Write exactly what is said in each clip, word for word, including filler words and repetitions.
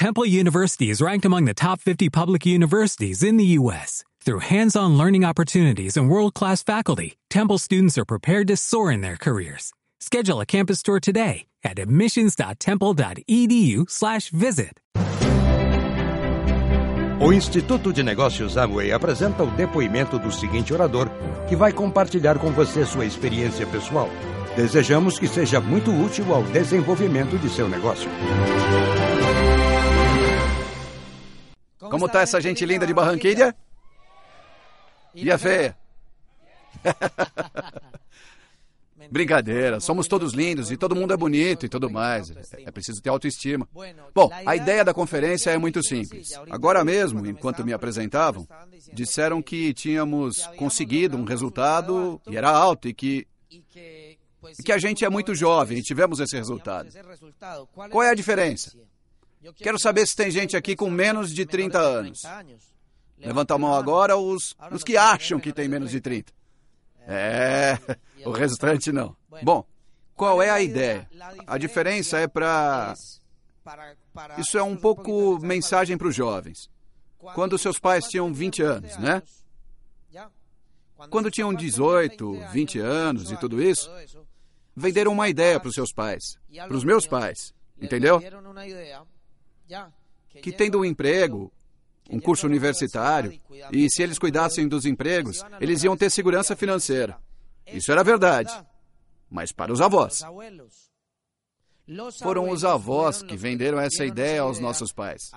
Temple University is ranked among the top fifty public universities in the U S Through hands-on learning opportunities and world-class faculty, Temple students are prepared to soar in their careers. Schedule a campus tour today at admissions.temple.edu slash visit. O Instituto de Negócios Amway apresenta o depoimento do seguinte orador, que vai compartilhar com você sua experiência pessoal. Desejamos que seja muito útil ao desenvolvimento de seu negócio. Como está essa gente linda de Barranquilla? E a feia? Brincadeira, somos todos lindos e todo mundo é bonito e tudo mais. É preciso ter autoestima. Bom, a ideia da conferência é muito simples. Agora mesmo, enquanto me apresentavam, disseram que tínhamos conseguido um resultado e era alto e que, e que a gente é muito jovem e tivemos esse resultado. Qual é a diferença? Quero saber se tem gente aqui com menos de trinta anos. Levanta a mão agora os, os que acham que tem menos de trinta. É, o restante não. Bom, qual é a ideia? A diferença é para... Isso é um pouco mensagem para os jovens. Quando seus pais tinham vinte anos, né? Quando tinham dezoito, vinte anos e tudo isso, venderam uma ideia para os seus pais, para os meus pais, entendeu? Que tendo um emprego, um curso universitário, e se eles cuidassem dos empregos, eles iam ter segurança financeira. Isso era verdade. Mas para os avós. Foram os avós que venderam essa ideia aos nossos pais.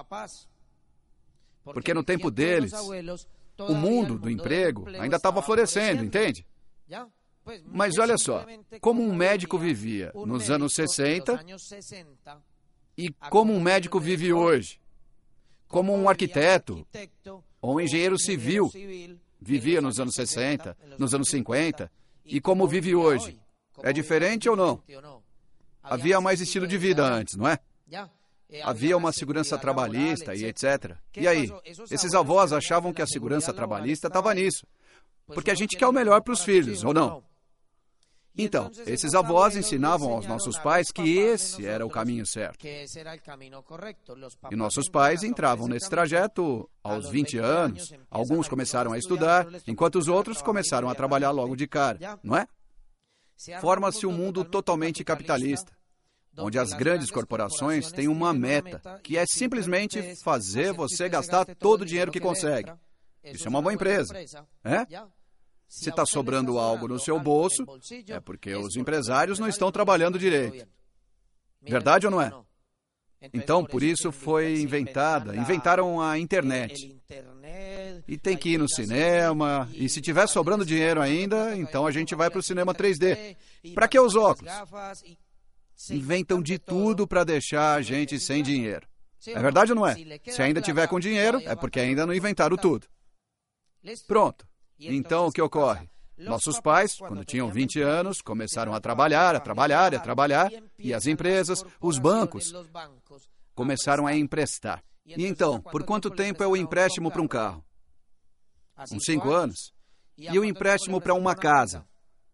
Porque no tempo deles, o mundo do emprego ainda estava florescendo, entende? Mas olha só, como um médico vivia nos anos sessenta e como um médico vive hoje. Como um arquiteto ou um engenheiro civil vivia nos anos sessenta, nos anos cinquenta, e como vive hoje. É diferente ou não? Havia mais estilo de vida antes, não é? Havia uma segurança trabalhista e etcétera. E aí, esses avós achavam que a segurança trabalhista estava nisso. Porque a gente quer o melhor para os filhos, ou não? Então, esses avós ensinavam aos nossos pais que esse era o caminho certo. E nossos pais entravam nesse trajeto aos vinte anos, alguns começaram a estudar, enquanto os outros começaram a trabalhar logo de cara, não é? Forma-se um mundo totalmente capitalista, onde as grandes corporações têm uma meta, que é simplesmente fazer você gastar todo o dinheiro que consegue. Isso é uma boa empresa, é? Se está sobrando algo no seu bolso, é porque os empresários não estão trabalhando direito. Verdade ou não é? Então, por isso foi inventada, inventaram a internet. E tem que ir no cinema, e se tiver sobrando dinheiro ainda, então a gente vai para o cinema três D. Para que os óculos? Inventam de tudo para deixar a gente sem dinheiro. É verdade ou não é? Se ainda tiver com dinheiro, é porque ainda não inventaram tudo. Pronto. Então, o que ocorre? Nossos pais, quando tinham vinte anos, começaram a trabalhar, a trabalhar, a trabalhar, e as empresas, os bancos, começaram a emprestar. E então, por quanto tempo é o empréstimo para um carro? Uns cinco anos. E o empréstimo para uma casa?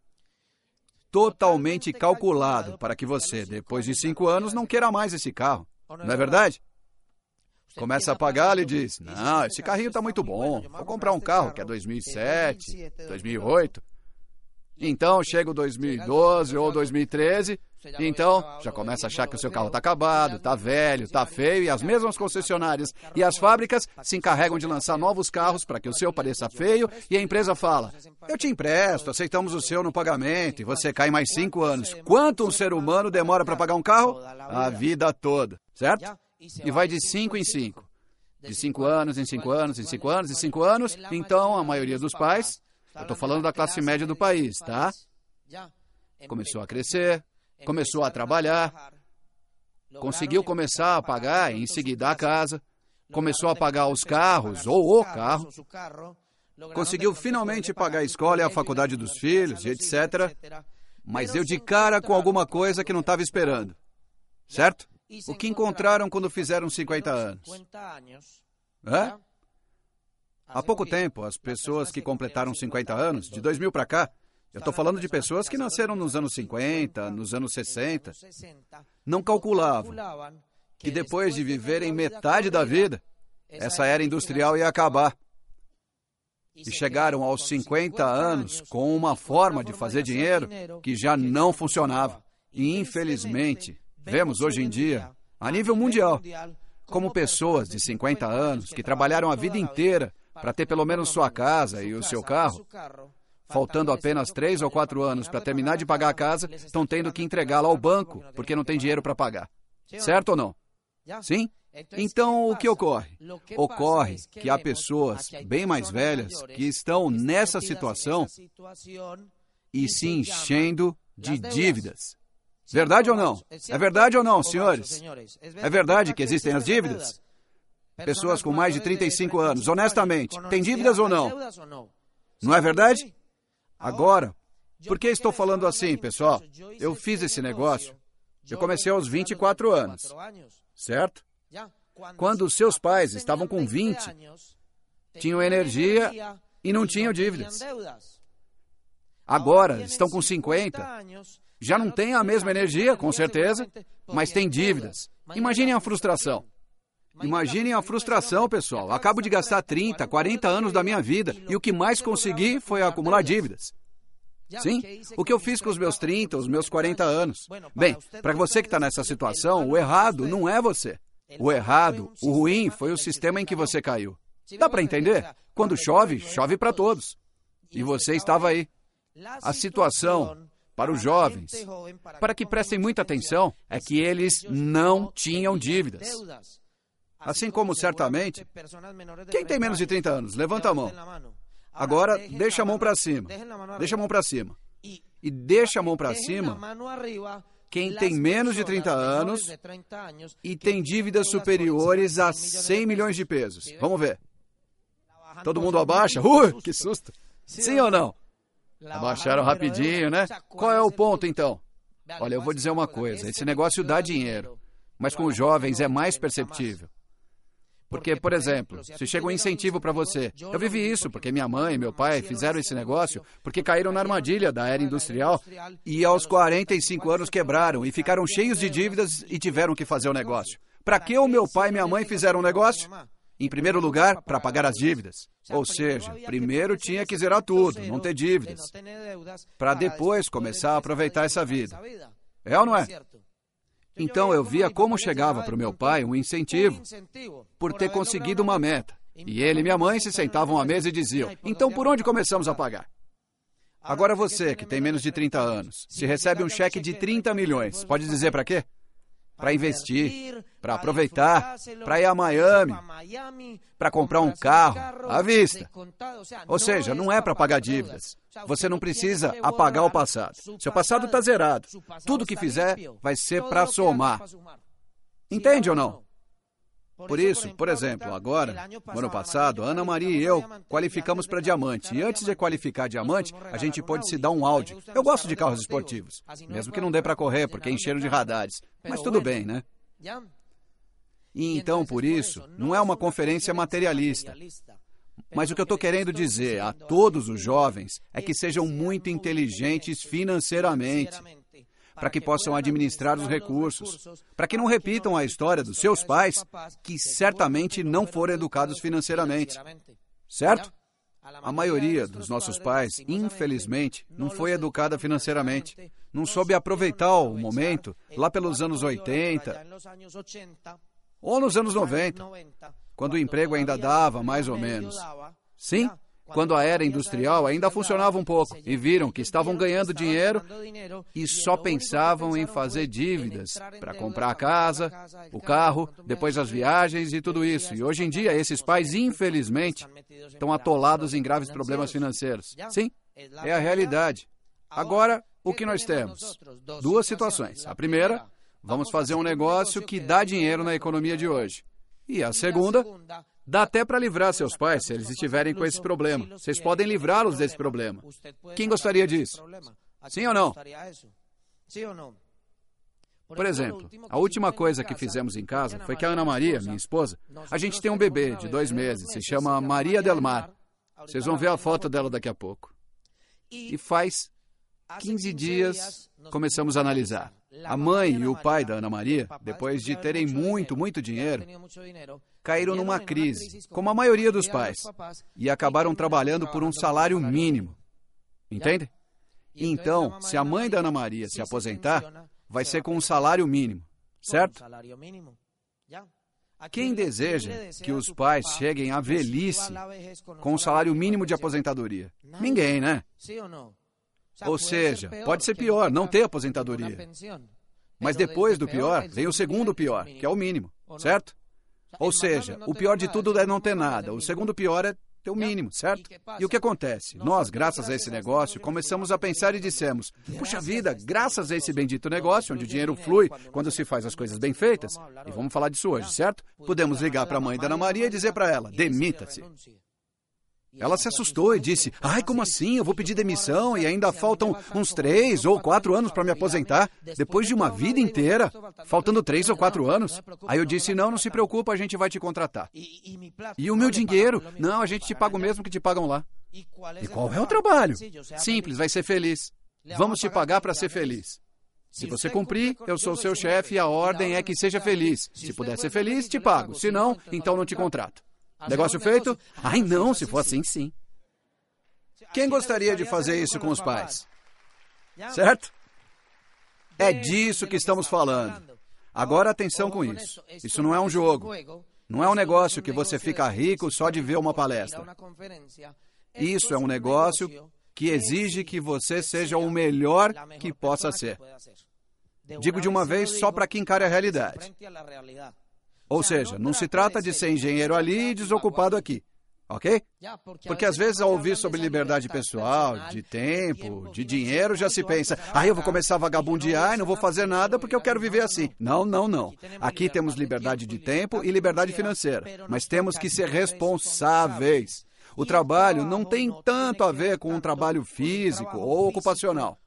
Totalmente calculado para que você, depois de cinco anos, não queira mais esse carro. Não é verdade? Começa a pagar e diz, não, esse carrinho está muito bom, vou comprar um carro que é dois mil e sete, dois mil e oito. Então, chega o dois mil e doze ou dois mil e treze, então já começa a achar que o seu carro está acabado, está velho, está feio, e as mesmas concessionárias e as fábricas se encarregam de lançar novos carros para que o seu pareça feio, e a empresa fala, eu te empresto, aceitamos o seu no pagamento, e você cai mais cinco anos. Quanto um ser humano demora para pagar um carro? A vida toda, certo? E vai de cinco em cinco. De cinco anos em cinco anos, em cinco anos, em cinco anos. Então, a maioria dos pais, eu estou falando da classe média do país, tá? Começou a crescer, começou a trabalhar, conseguiu começar a pagar em seguida a casa, começou a pagar os carros ou o carro, conseguiu finalmente pagar a escola e a faculdade dos filhos, e etcétera. Mas deu de cara com alguma coisa que não estava esperando, certo? O que encontraram quando fizeram cinquenta anos? É? Há pouco tempo, as pessoas que completaram cinquenta anos, de dois mil para cá, eu estou falando de pessoas que nasceram nos anos cinquenta, nos anos sessenta, não calculavam que depois de viverem metade da vida, essa era industrial ia acabar. E chegaram aos cinquenta anos com uma forma de fazer dinheiro que já não funcionava. E, infelizmente, vemos hoje em dia, a nível mundial, como pessoas de cinquenta anos que trabalharam a vida inteira para ter pelo menos sua casa e o seu carro, faltando apenas três ou quatro anos para terminar de pagar a casa, estão tendo que entregá-la ao banco porque não tem dinheiro para pagar. Certo ou não? Sim? Então, o que ocorre? Ocorre que há pessoas bem mais velhas que estão nessa situação e se enchendo de dívidas. Verdade ou não? É verdade ou não, senhores? É verdade que existem as dívidas? Pessoas com mais de trinta e cinco anos, honestamente, têm dívidas ou não? Não é verdade? Agora, por que estou falando assim, pessoal? Eu fiz esse negócio, eu comecei aos vinte e quatro anos, certo? Quando os seus pais estavam com vinte, tinham energia e não tinham dívidas. Agora, estão com cinquenta, já não têm a mesma energia, com certeza, mas têm dívidas. Imaginem a frustração. Imaginem a frustração, pessoal. Acabo de gastar trinta, quarenta anos da minha vida e o que mais consegui foi acumular dívidas. Sim, o que eu fiz com os meus trinta, os meus quarenta anos. Bem, para você que está nessa situação, o errado não é você. O errado, o ruim, foi o sistema em que você caiu. Dá para entender? Quando chove, chove para todos. E você estava aí. A situação para os jovens, para que prestem muita atenção, é que eles não tinham dívidas. Assim como, certamente, quem tem menos de trinta anos? Levanta a mão. Agora, deixa a mão para cima. Deixa a mão para cima. E deixa a mão para cima quem tem menos de trinta anos e tem dívidas superiores a cem milhões de pesos. Vamos ver. Todo mundo abaixa? Uh, que susto. Sim ou não? Abaixaram rapidinho, né? Qual é o ponto, então? Olha, eu vou dizer uma coisa. Esse negócio dá dinheiro, mas com os jovens é mais perceptível. Porque, por exemplo, se chega um incentivo para você, eu vivi isso porque minha mãe e meu pai fizeram esse negócio porque caíram na armadilha da era industrial e aos quarenta e cinco anos quebraram e ficaram cheios de dívidas e tiveram que fazer o negócio. Para que o meu pai e minha mãe fizeram o negócio? Em primeiro lugar, para pagar as dívidas. Ou seja, primeiro tinha que zerar tudo, não ter dívidas, para depois começar a aproveitar essa vida. É ou não é? Então eu via como chegava para o meu pai um incentivo por ter conseguido uma meta. E ele e minha mãe se sentavam à mesa e diziam, então por onde começamos a pagar? Agora você, que tem menos de trinta anos, se recebe um cheque de trinta milhões, pode dizer para quê? Para investir, para aproveitar, para ir a Miami, para comprar um carro à vista. Ou seja, não é para pagar dívidas. Você não precisa apagar o passado. Seu passado está zerado. Tudo que fizer vai ser para somar. Entende ou não? Por isso, por exemplo, agora, no ano passado, a Ana Maria e eu qualificamos para diamante. E antes de qualificar diamante, a gente pôde se dar um Audi. Eu gosto de carros esportivos, mesmo que não dê para correr, porque encheram de radares. Mas tudo bem, né? E então, por isso, não é uma conferência materialista. Mas o que eu estou querendo dizer a todos os jovens é que sejam muito inteligentes financeiramente, para que possam administrar os recursos, para que não repitam a história dos seus pais, que certamente não foram educados financeiramente. Certo? A maioria dos nossos pais, infelizmente, não foi educada financeiramente. Não soube aproveitar o momento lá pelos anos oitenta ou nos anos noventa, quando o emprego ainda dava mais ou menos. Sim, quando a era industrial ainda funcionava um pouco e viram que estavam ganhando dinheiro e só pensavam em fazer dívidas para comprar a casa, o carro, depois as viagens e tudo isso. E hoje em dia, esses pais, infelizmente, estão atolados em graves problemas financeiros. Sim, é a realidade. Agora, o que nós temos? Duas situações. A primeira, vamos fazer um negócio que dá dinheiro na economia de hoje. E a segunda, dá até para livrar seus pais se eles estiverem com esse problema. Vocês podem livrá-los desse problema. Quem gostaria disso? Sim ou não? Por exemplo, a última coisa que fizemos em casa foi que a Ana Maria, minha esposa, a gente tem um bebê de dois meses, se chama Maria Del Mar. Vocês vão ver a foto dela daqui a pouco. E faz quinze dias, começamos a analisar. A mãe e o pai da Ana Maria, depois de terem muito, muito dinheiro, caíram numa crise, como a maioria dos pais, e acabaram trabalhando por um salário mínimo. Entende? Então, se a mãe da Ana Maria se aposentar, vai ser com um salário mínimo, certo? Quem deseja que os pais cheguem à velhice com um salário mínimo de aposentadoria? Ninguém, né? Ou seja, pode ser pior, não ter aposentadoria. Mas depois do pior, vem o segundo pior, que é o mínimo, certo? Ou seja, o pior de tudo é não ter nada, o segundo pior é ter o mínimo, certo? E o que acontece? Nós, graças a esse negócio, começamos a pensar e dissemos, puxa vida, graças a esse bendito negócio, onde o dinheiro flui quando se faz as coisas bem feitas, e vamos falar disso hoje, certo? Podemos ligar para a mãe da Ana Maria e dizer para ela, demita-se. Ela se assustou e disse, ai, como assim? Eu vou pedir demissão e ainda faltam uns três ou quatro anos para me aposentar, depois de uma vida inteira, faltando três ou quatro anos. Aí eu disse, não, não se preocupa, a gente vai te contratar. E o meu dinheiro? Não, a gente te paga o mesmo que te pagam lá. E qual é o trabalho? Simples, vai ser feliz. Vamos te pagar para ser feliz. Se você cumprir, eu sou seu chefe e a ordem é que seja feliz. Se puder ser feliz, te pago. Se não, então não te contrato. Negócio feito? Ai, não, se for assim, sim. Quem gostaria de fazer isso com os pais? Certo? É disso que estamos falando. Agora, atenção com isso. Isso não é um jogo. Não é um negócio que você fica rico só de ver uma palestra. Isso é um negócio que exige que você seja o melhor que possa ser. Digo de uma vez só para quem encare a realidade. Ou seja, não se trata de ser engenheiro ali e desocupado aqui, ok? Porque às vezes ao ouvir sobre liberdade pessoal, de tempo, de dinheiro, já se pensa, ah, eu vou começar a vagabundear e não vou fazer nada porque eu quero viver assim. Não, não, não. Aqui temos liberdade de tempo e liberdade financeira, mas temos que ser responsáveis. O trabalho não tem tanto a ver com um trabalho físico ou ocupacional,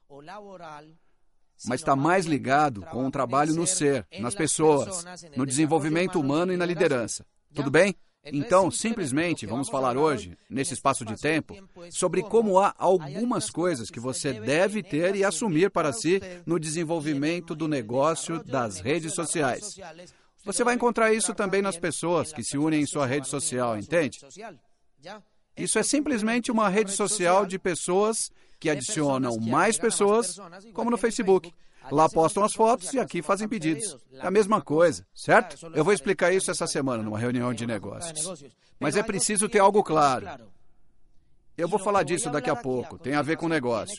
mas está mais ligado com um trabalho no ser, nas pessoas, no desenvolvimento humano e na liderança. Tudo bem? Então, simplesmente, vamos falar hoje, nesse espaço de tempo, sobre como há algumas coisas que você deve ter e assumir para si no desenvolvimento do negócio das redes sociais. Você vai encontrar isso também nas pessoas que se unem em sua rede social, entende? Isso é simplesmente uma rede social de pessoas que adicionam mais pessoas, como no Facebook. Lá postam as fotos e aqui fazem pedidos. É a mesma coisa, certo? Eu vou explicar isso essa semana numa reunião de negócios. Mas é preciso ter algo claro. Eu vou falar disso daqui a pouco. Tem a ver com negócio.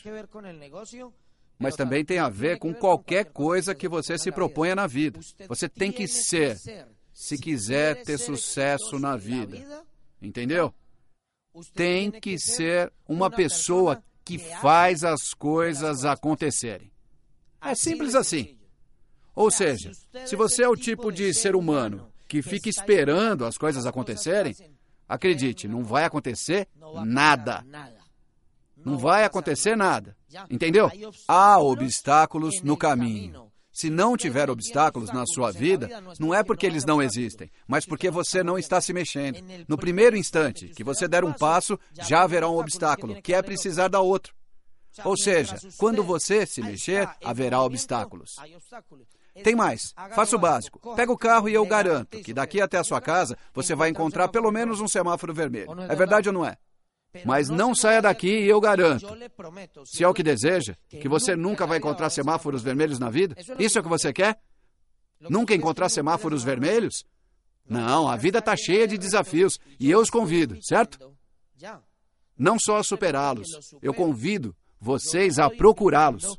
Mas também tem a ver com qualquer coisa que você se proponha na vida. Você tem que ser, se quiser ter sucesso na vida. Entendeu? Tem que ser uma pessoa que faz as coisas acontecerem. É simples assim. Ou seja, se você é o tipo de ser humano que fica esperando as coisas acontecerem, acredite, não vai acontecer nada. Não vai acontecer nada. Entendeu? Há obstáculos no caminho. Se não tiver obstáculos na sua vida, não é porque eles não existem, mas porque você não está se mexendo. No primeiro instante que você der um passo, já haverá um obstáculo, que é precisar dar outro. Ou seja, quando você se mexer, haverá obstáculos. Tem mais. Faça o básico. Pega o carro e eu garanto que daqui até a sua casa você vai encontrar pelo menos um semáforo vermelho. É verdade ou não é? Mas não saia daqui e eu garanto, se é o que deseja, que você nunca vai encontrar semáforos vermelhos na vida? Isso é o que você quer? Nunca encontrar semáforos vermelhos? Não, a vida está cheia de desafios e eu os convido, certo? Não só a superá-los, eu convido vocês a procurá-los.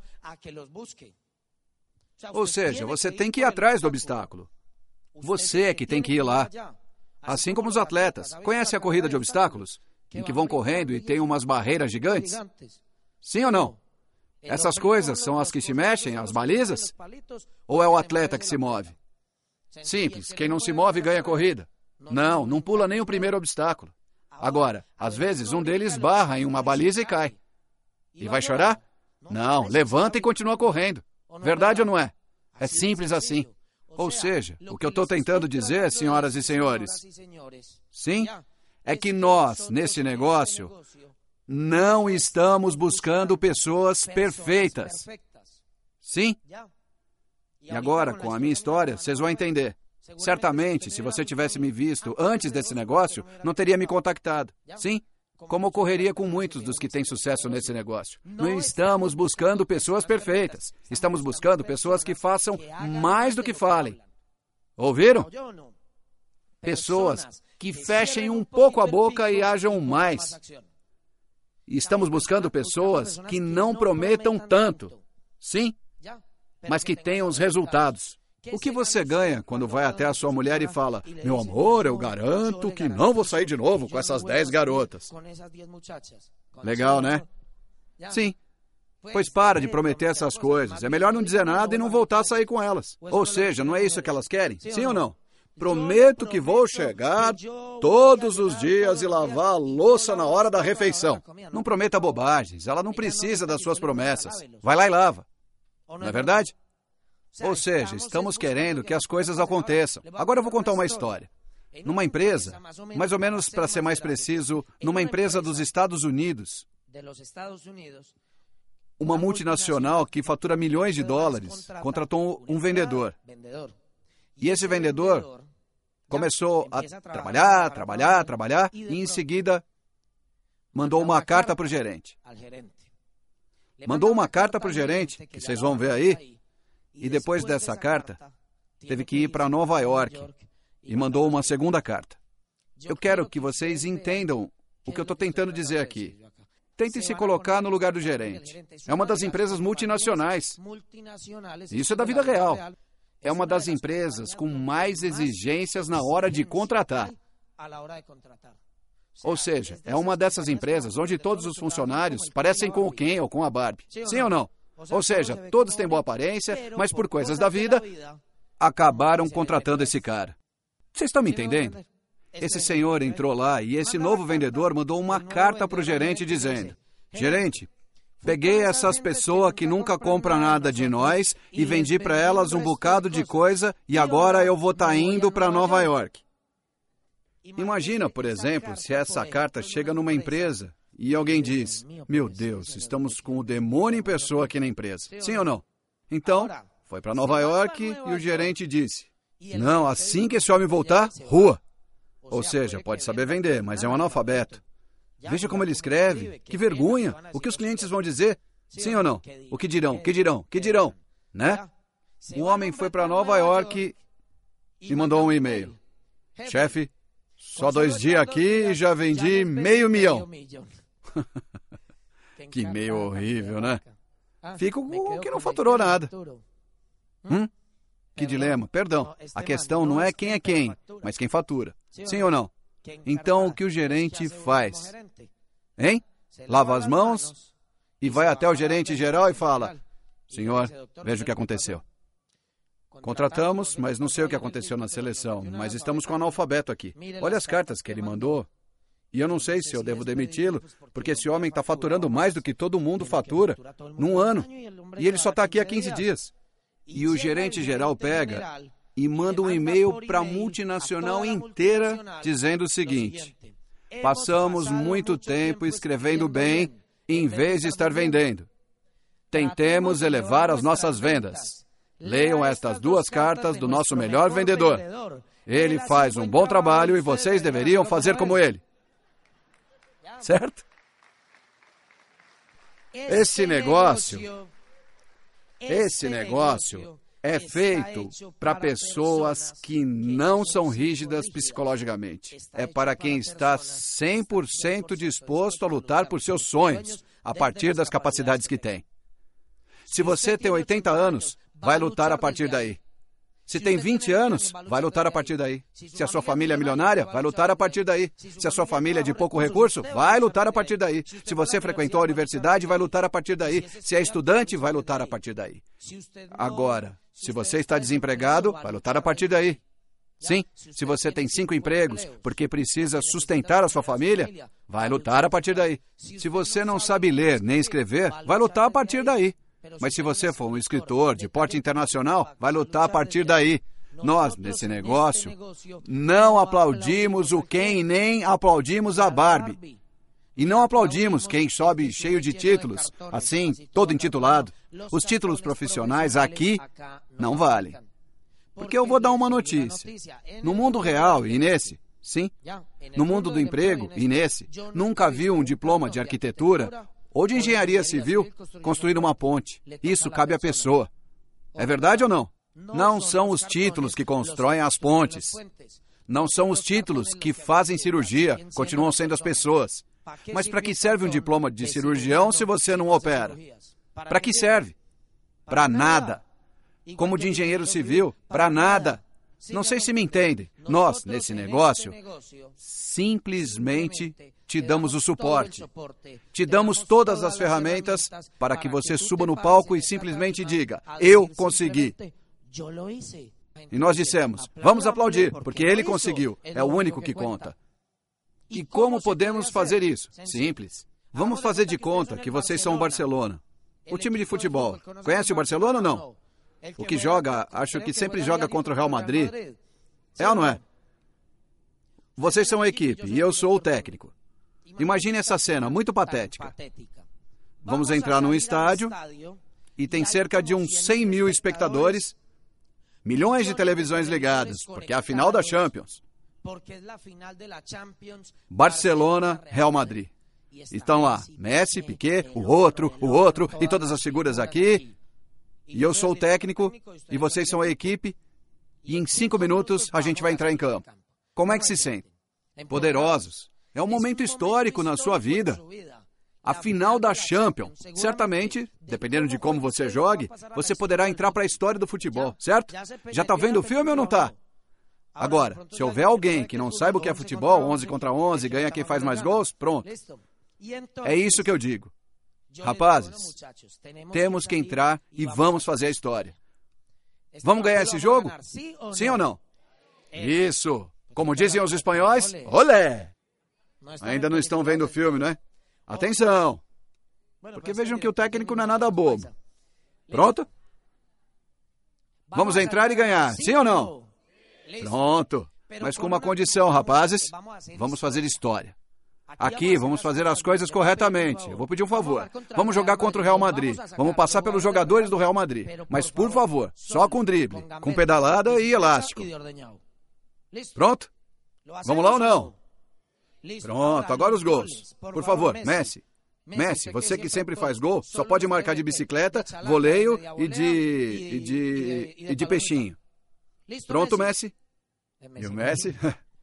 Ou seja, você tem que ir atrás do obstáculo. Você é que tem que ir lá. Assim como os atletas. Conhece a corrida de obstáculos? Em que vão correndo e tem umas barreiras gigantes? Sim ou não? Essas coisas são as que se mexem, as balizas? Ou é o atleta que se move? Simples, quem não se move ganha a corrida. Não, não pula nem o primeiro obstáculo. Agora, às vezes um deles barra em uma baliza e cai. E vai chorar? Não, levanta e continua correndo. Verdade ou não é? É simples assim. Ou seja, o que eu estou tentando dizer, senhoras e senhores, sim, é que nós, nesse negócio, Não estamos buscando pessoas perfeitas. Sim? E agora, com a minha história, vocês vão entender. Certamente, se você tivesse me visto antes desse negócio, não teria me contactado. Sim? Como ocorreria com muitos dos que têm sucesso nesse negócio. Não estamos buscando pessoas perfeitas. Estamos buscando pessoas que façam mais do que falem. Ouviram? Pessoas que fechem um pouco a boca e hajam mais. E estamos buscando pessoas que não prometam tanto. Sim? Mas que tenham os resultados. O que você ganha quando vai até a sua mulher e fala: meu amor, eu garanto que não vou sair de novo com essas dez garotas. Legal, né? Sim. Pois para de prometer essas coisas. É melhor não dizer nada e não voltar a sair com elas. Ou seja, não é isso que elas querem? Sim ou não? Prometo que vou chegar todos os dias e lavar a louça na hora da refeição. Não prometa bobagens. Ela não precisa das suas promessas. Vai lá e lava. Não é verdade? Ou seja, estamos querendo que as coisas aconteçam. Agora eu vou contar uma história. Numa empresa, mais ou menos para ser mais preciso, numa empresa dos Estados Unidos, uma multinacional que fatura milhões de dólares contratou um vendedor. E esse vendedor começou a trabalhar, trabalhar, trabalhar e em seguida mandou uma carta para o gerente. Mandou uma carta para o gerente, que vocês vão ver aí, e depois dessa carta, teve que ir para Nova York e mandou uma segunda carta. Eu quero que vocês entendam o que eu estou tentando dizer aqui. Tentem se colocar no lugar do gerente. É uma das empresas multinacionais. Isso é da vida real. É uma das empresas com mais exigências na hora de contratar. Ou seja, é uma dessas empresas onde todos os funcionários parecem com o Ken ou com a Barbie. Sim ou não? Ou seja, todos têm boa aparência, mas por coisas da vida, acabaram contratando esse cara. Vocês estão me entendendo? Esse senhor entrou lá e esse novo vendedor mandou uma carta para o gerente dizendo: gerente, peguei essas pessoas que nunca compram nada de nós e vendi para elas um bocado de coisa e agora eu vou estar indo para Nova York. Imagina, por exemplo, se essa carta chega numa empresa e alguém diz: meu Deus, estamos com o demônio em pessoa aqui na empresa. Sim ou não? Então, foi para Nova York e o gerente disse: não, assim que esse homem voltar, rua. Ou seja, pode saber vender, mas é um analfabeto. Veja como ele escreve. Que vergonha. O que os clientes vão dizer? Sim ou não? O que dirão? Que dirão? Que dirão? Né? O homem foi para Nova York e mandou um e-mail: chefe, só dois dias aqui e já vendi meio milhão. Que e-mail horrível, né? Fica o que não faturou nada. Hum? Que dilema. Perdão, a questão não é quem é quem, mas quem fatura. Sim ou não? Então, o que o gerente faz? Hein? Lava as mãos e vai até o gerente geral e fala: senhor, veja o que aconteceu. Contratamos, mas não sei o que aconteceu na seleção, mas estamos com um analfabeto aqui. Olha as cartas que ele mandou. E eu não sei se eu devo demiti-lo, porque esse homem está faturando mais do que todo mundo fatura num ano. E ele só está aqui há quinze dias. E o gerente geral pega e manda um e-mail para a multinacional inteira dizendo o seguinte: passamos muito tempo escrevendo bem em vez de estar vendendo. Tentemos elevar as nossas vendas. Leiam estas duas cartas do nosso melhor vendedor. Ele faz um bom trabalho e vocês deveriam fazer como ele. Certo? Esse negócio, esse negócio é feito para pessoas que não são rígidas psicologicamente. É para quem está cem por cento disposto a lutar por seus sonhos, a partir das capacidades que tem. Se você tem oitenta anos, vai lutar a partir daí. Se tem vinte anos, vai lutar a partir daí. Se a sua família é milionária, vai lutar a partir daí. Se a sua família é de pouco recurso, vai lutar a partir daí. Se você frequentou a universidade, vai lutar a partir daí. Se é estudante, vai lutar a partir daí. Agora, se você está desempregado, vai lutar a partir daí. Sim, se você tem cinco empregos porque precisa sustentar a sua família, vai lutar a partir daí. Se você não sabe ler nem escrever, vai lutar a partir daí. Mas se você for um escritor de porte internacional, vai lutar a partir daí. Nós, nesse negócio, não aplaudimos o Ken e nem aplaudimos a Barbie. E não aplaudimos quem sobe cheio de títulos, assim, todo intitulado. Os títulos profissionais aqui não valem. Porque eu vou dar uma notícia. No mundo real e nesse, sim, no mundo do emprego e nesse, nunca vi um diploma de arquitetura ou de engenharia civil construir uma ponte. Isso cabe à pessoa. É verdade ou não? Não são os títulos que constroem as pontes. Não são os títulos que fazem cirurgia, continuam sendo as pessoas. Mas para que serve um diploma de cirurgião se você não opera? Para que serve? Para nada. Como de engenheiro civil, para nada. Não sei se me entendem. Nós, nesse negócio, simplesmente te damos o suporte. Te damos todas as ferramentas para que você suba no palco e simplesmente diga, eu consegui. E nós dissemos, vamos aplaudir, porque ele conseguiu, é o único que conta. E como podemos fazer isso? Simples. Vamos fazer de conta que vocês são o Barcelona. O time de futebol. Conhece o Barcelona ou não? O que joga, acho que sempre joga contra o Real Madrid. É ou não é? Vocês são a equipe e eu sou o técnico. Imagine essa cena muito patética. Vamos entrar num estádio e tem cerca de uns cem mil espectadores, milhões de televisões ligadas, porque é a final da Champions. Barcelona, Real Madrid. Estão lá Messi, Piqué, o outro, o outro, e todas as figuras aqui. E eu sou o técnico, e vocês são a equipe, e em cinco minutos a gente vai entrar em campo. Como é que se sentem? Poderosos. É um momento histórico na sua vida. A final da Champions. Certamente, dependendo de como você jogue, você poderá entrar para a história do futebol, certo? Já está vendo o filme ou não está? Agora, se houver alguém que não saiba o que é futebol, onze contra onze, ganha quem faz mais gols, pronto. É isso que eu digo. Rapazes, temos que entrar e vamos fazer a história. Vamos ganhar esse jogo? Sim ou não? Isso. Como dizem os espanhóis, olé! Ainda não estão vendo o filme, não é? Atenção! Porque vejam que o técnico não é nada bobo. Pronto? Vamos entrar e ganhar, sim ou não? Pronto. Mas com uma condição, rapazes. Vamos fazer história. Aqui, vamos fazer as coisas corretamente. Eu vou pedir um favor. Vamos jogar contra o Real Madrid. Vamos passar pelos jogadores do Real Madrid. Mas, por favor, só com drible, com pedalada e elástico. Pronto? Vamos lá ou não? Pronto, agora os gols. Por favor, Messi. Messi, você que sempre faz gol, só pode marcar de bicicleta, voleio e de... e de... e de peixinho. Pronto, Messi? E o Messi?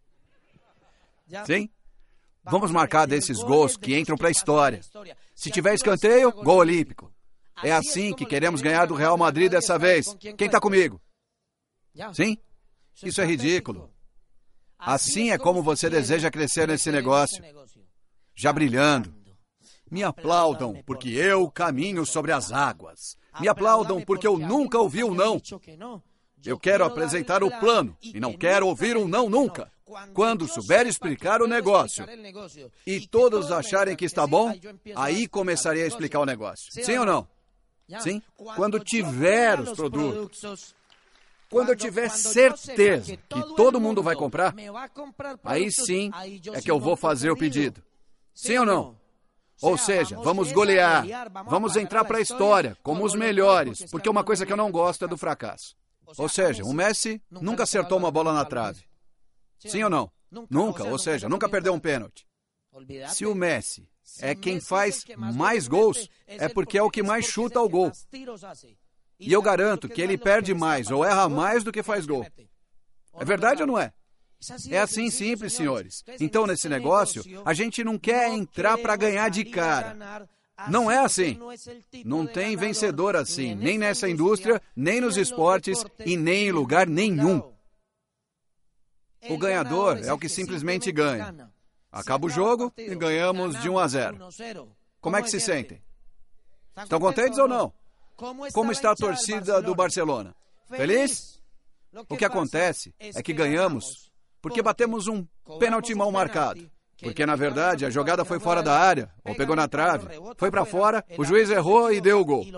Sim? Vamos marcar desses gols que entram para a história. Se tiver escanteio, gol olímpico. É assim que queremos ganhar do Real Madrid dessa vez. Quem está comigo? Sim? Isso é ridículo. Assim é como você deseja crescer nesse negócio. Já brilhando. Me aplaudam porque eu caminho sobre as águas. Me aplaudam porque eu nunca ouvi um não. Eu quero apresentar o plano e não quero ouvir um não nunca. Quando souber explicar o negócio e todos acharem que está bom, aí começarei a explicar o negócio. Sim ou não? Sim? Quando tiver os produtos, quando eu tiver certeza que todo mundo vai comprar, aí sim é que eu vou fazer o pedido. Sim ou não? Ou seja, vamos golear, vamos entrar para a história como os melhores, porque uma coisa que eu não gosto é do fracasso. Ou seja, o Messi nunca acertou uma bola na trave. Sim ou não? Nunca, ou seja, nunca perdeu um pênalti. Se o Messi é quem faz mais gols, é porque é o que mais chuta ao gol. E eu garanto que ele perde mais ou erra mais do que faz gol. É verdade ou não é? É assim simples, senhores. Então, nesse negócio, a gente não quer entrar para ganhar de cara. Não é assim. Não tem vencedor assim, nem nessa indústria, nem nos esportes e nem em lugar nenhum. O ganhador é o que simplesmente ganha. Acaba o jogo e ganhamos de um a zero. Como é que se sentem? Estão contentes ou não? Como está a torcida do Barcelona? Feliz? O que acontece é que ganhamos porque batemos um pênalti mal marcado. Porque, na verdade, a jogada foi fora da área, ou pegou na trave, foi para fora, o juiz errou e deu o gol.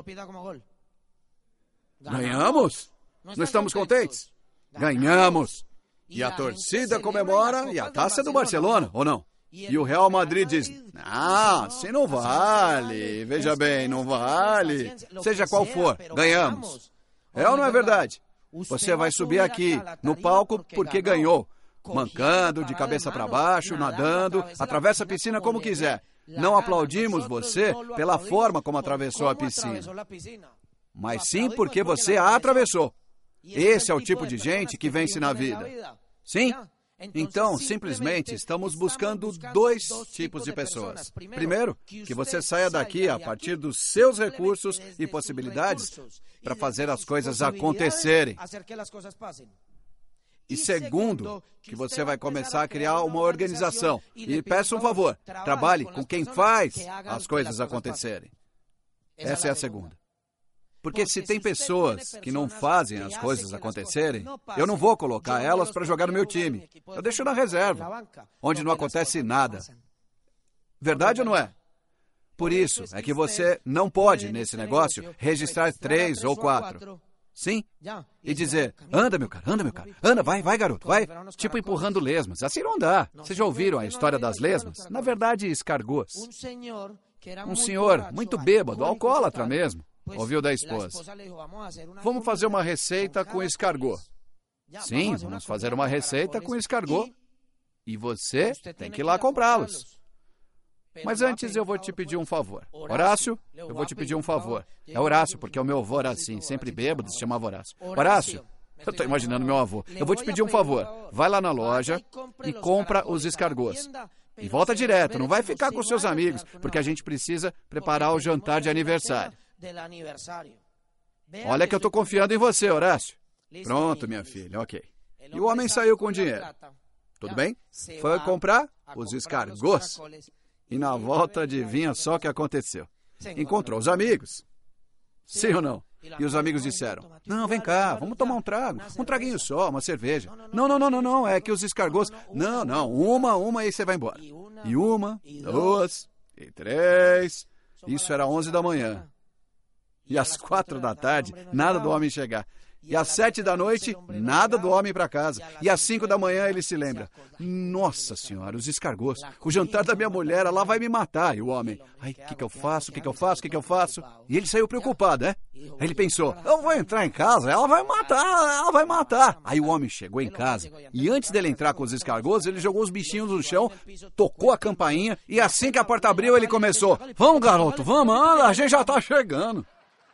Ganhamos? Não estamos contentes? Ganhamos! E a torcida comemora e a taça é do Barcelona, ou não? E o Real Madrid diz, ah, assim não vale, veja bem, não vale, seja qual for, ganhamos. É ou não é verdade? Você vai subir aqui no palco porque ganhou, mancando, de cabeça para baixo, nadando, atravessa a piscina como quiser. Não aplaudimos você pela forma como atravessou a piscina, mas sim porque você a atravessou. Esse é o tipo de gente que vence na vida. Sim? Então, simplesmente, estamos buscando dois tipos de pessoas. Primeiro, que você saia daqui a partir dos seus recursos e possibilidades para fazer as coisas acontecerem. E segundo, que você vai começar a criar uma organização. E peço um favor, trabalhe com quem faz as coisas acontecerem. Essa é a segunda. Porque se tem pessoas que não fazem as coisas acontecerem, eu não vou colocar elas para jogar no meu time. Eu deixo na reserva, onde não acontece nada. Verdade ou não é? Por isso é que você não pode, nesse negócio, registrar três ou quatro. Sim? E dizer, anda, meu cara, anda, meu cara, anda, vai, vai, garoto, vai. Tipo empurrando lesmas. Assim não dá. Vocês já ouviram a história das lesmas? Na verdade, escargôs. Um senhor muito bêbado, alcoólatra mesmo. Ouviu da esposa. Vamos fazer uma receita com escargot. Sim, vamos fazer uma receita com escargot. E você tem que ir lá comprá-los. Mas antes eu vou te pedir um favor. Horácio, eu vou te pedir um favor. É Horácio, porque o meu avô era assim, sempre bêbado, se chamava Horácio. Horácio, eu estou imaginando meu avô. Eu vou te pedir um favor. Vai lá na loja e compra os escargots. E volta direto, não vai ficar com seus amigos, porque a gente precisa preparar o jantar de aniversário. Olha que eu estou confiando em você, Horácio. Pronto, minha filha, ok. E o homem saiu com o dinheiro. Tudo bem? Foi comprar os escargots. E na volta, adivinha só o que aconteceu. Encontrou os amigos. Sim ou não? E os amigos disseram, não, vem cá, vamos tomar um trago. Um traguinho só, uma cerveja. Não, não, não, não, não, é que os escargots... Não, não, uma, uma e você vai embora. E uma, duas, e três... Isso era onze da manhã. E às quatro da tarde, nada do homem chegar. E às sete da noite, nada do homem para casa. E às cinco da manhã ele se lembra. Nossa senhora, os escargots. O jantar da minha mulher, ela vai me matar. E o homem, ai, o que, que eu faço, o que, que eu faço, o que, que eu faço? E ele saiu preocupado, né? Aí ele pensou, eu vou entrar em casa, ela vai matar, ela vai matar. Aí o homem chegou em casa e antes dele entrar com os escargots, ele jogou os bichinhos no chão, tocou a campainha e assim que a porta abriu, ele começou, vamos garoto, vamos, anda, a gente já tá chegando.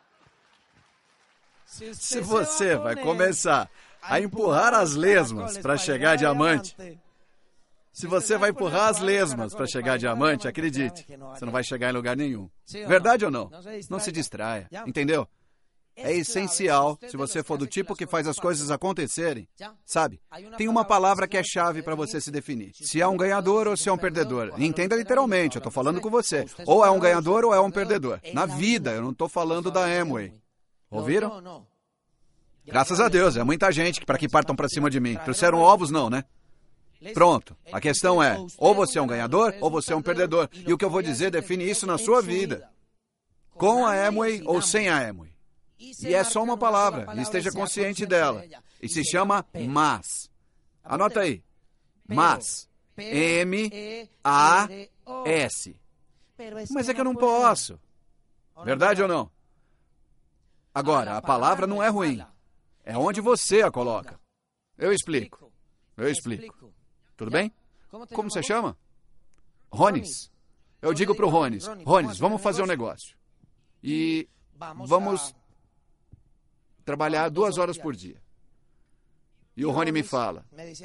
Se você vai começar a empurrar as lesmas para chegar diamante, se você vai empurrar as lesmas para chegar diamante, acredite, você não vai chegar em lugar nenhum. Verdade ou não? Não se distraia, entendeu? É essencial, se você for do tipo que faz as coisas acontecerem, sabe? Tem uma palavra que é chave para você se definir. Se é um ganhador ou se é um perdedor. Entenda literalmente, eu estou falando com você. Ou é um ganhador ou é um perdedor. Na vida, eu não estou falando da Amway. Ouviram? Graças a Deus, é muita gente para que partam para cima de mim. Trouxeram ovos, não, né? Pronto. A questão é, ou você é um ganhador, ou você é um perdedor. E o que eu vou dizer define isso na sua vida. Com a Amway ou sem a Amway. E é só uma palavra, e esteja consciente dela. E se chama mas. Anota aí. Mas. M A S. Mas é que eu não posso. Verdade ou não? Agora, a palavra não é ruim. É onde você a coloca. Eu explico. Eu explico. Tudo bem? Como você chama? Ronis. Eu digo para o Ronis, Ronis, vamos fazer um negócio. E vamos trabalhar duas horas por dia. E o Rony me fala,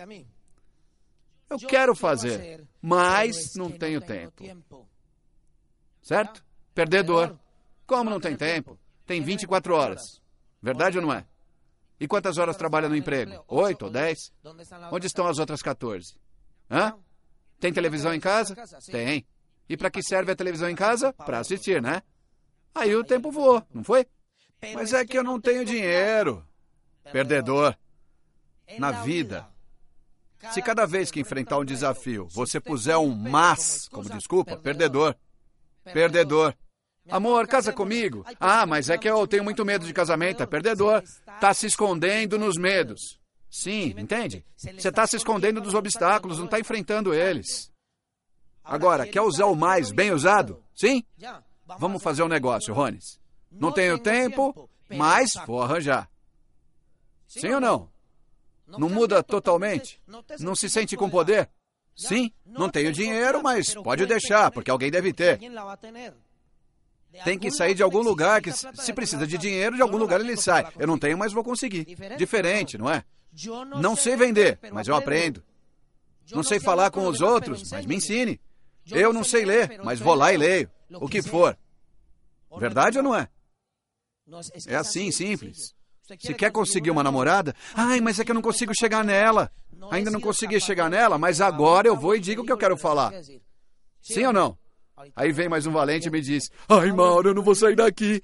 eu quero fazer, mas não tenho tempo. Certo? Perdedor. Como não tem tempo? Tem vinte e quatro horas. Verdade ou não é? E quantas horas trabalha no emprego? Oito ou dez? Onde estão as outras quatorze? Hã? Tem televisão em casa? Tem. E para que serve a televisão em casa? Para assistir, né? Aí o tempo voou, não foi? Mas é que eu não tenho dinheiro. Perdedor. Na vida, se cada vez que enfrentar um desafio, você puser um mas como desculpa, perdedor. Perdedor. Amor, casa comigo. Ah, mas é que eu tenho muito medo de casamento. É perdedor. Está se escondendo nos medos. Sim, entende? Você está se escondendo dos obstáculos, não está enfrentando eles. Agora, quer usar o mais bem usado? Sim? Vamos fazer um negócio, Rones. Não tenho tempo, mas vou arranjar. Sim ou não? Não muda totalmente? Não se sente com poder? Sim, não tenho dinheiro, mas pode deixar, porque alguém deve ter. Tem que sair de algum lugar, que se precisa de dinheiro, de algum lugar ele sai. Eu não tenho, mas vou conseguir. Diferente, não é? Não sei vender, mas eu aprendo. Não sei falar com os outros, mas me ensine. Eu não sei ler, mas vou lá e leio. O que for. Verdade ou não é? É assim, simples. Se quer conseguir uma namorada, ai, mas é que eu não consigo chegar nela. Ainda não consegui chegar nela, mas agora eu vou e digo o que eu quero falar. Sim ou não? Aí vem mais um valente e me diz, ai, Mauro, eu não vou sair daqui.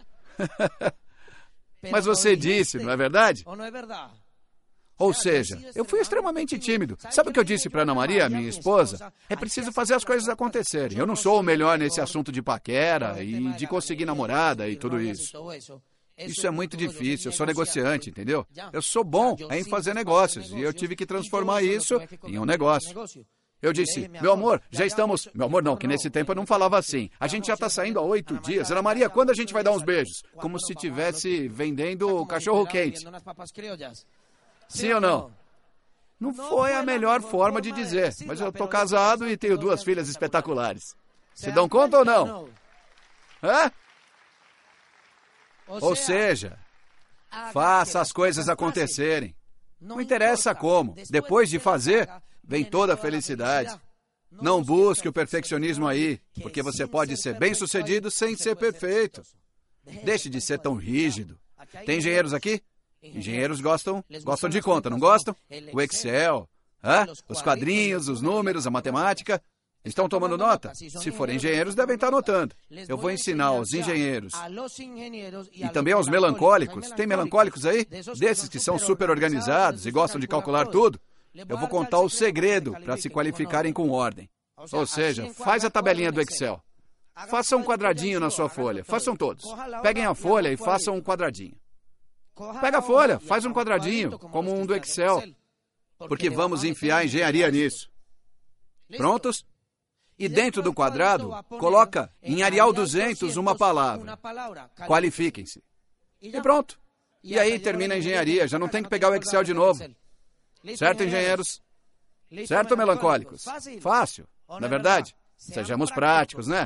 Mas você disse, não é verdade? Ou seja, eu fui extremamente tímido. Sabe o que eu disse para Ana Maria, minha esposa? É preciso fazer as coisas acontecerem. Eu não sou o melhor nesse assunto de paquera e de conseguir namorada e tudo isso. Isso é muito difícil, eu sou negociante, entendeu? Eu sou bom em fazer negócios e eu tive que transformar isso em um negócio. Eu disse, meu amor, já estamos... Meu amor não, que nesse tempo eu não falava assim. A gente já está saindo há oito dias. Ana Maria, quando a gente vai dar uns beijos? Como se estivesse vendendo cachorro quente. Sim ou não? Não foi a melhor forma de dizer, mas eu estou casado e tenho duas filhas espetaculares. Se dão conta ou não? Hã? Ou seja, faça as coisas acontecerem. Não interessa como. Depois de fazer, vem toda a felicidade. Não busque o perfeccionismo aí, porque você pode ser bem-sucedido sem ser perfeito. Deixe de ser tão rígido. Tem engenheiros aqui? Engenheiros gostam, gostam de conta, não gostam? O Excel, hã? Os quadrinhos, os números, a matemática. Estão tomando nota? Se forem engenheiros, devem estar anotando. Eu vou ensinar aos engenheiros e também aos melancólicos. Tem melancólicos aí? Desses que são super organizados e gostam de calcular tudo? Eu vou contar o segredo para se qualificarem com ordem. Ou seja, faz a tabelinha do Excel. Faça um quadradinho na sua folha. Façam todos. Peguem a folha e façam um quadradinho. Pega a folha, faz um quadradinho, como um do Excel. Porque vamos enfiar engenharia nisso. Prontos? E dentro do quadrado, coloca em Arial duzentos uma palavra. Qualifiquem-se. E pronto. E aí termina a engenharia, já não tem que pegar o Excel de novo. Certo, engenheiros? Certo, melancólicos? Fácil, não é verdade? Sejamos práticos, né?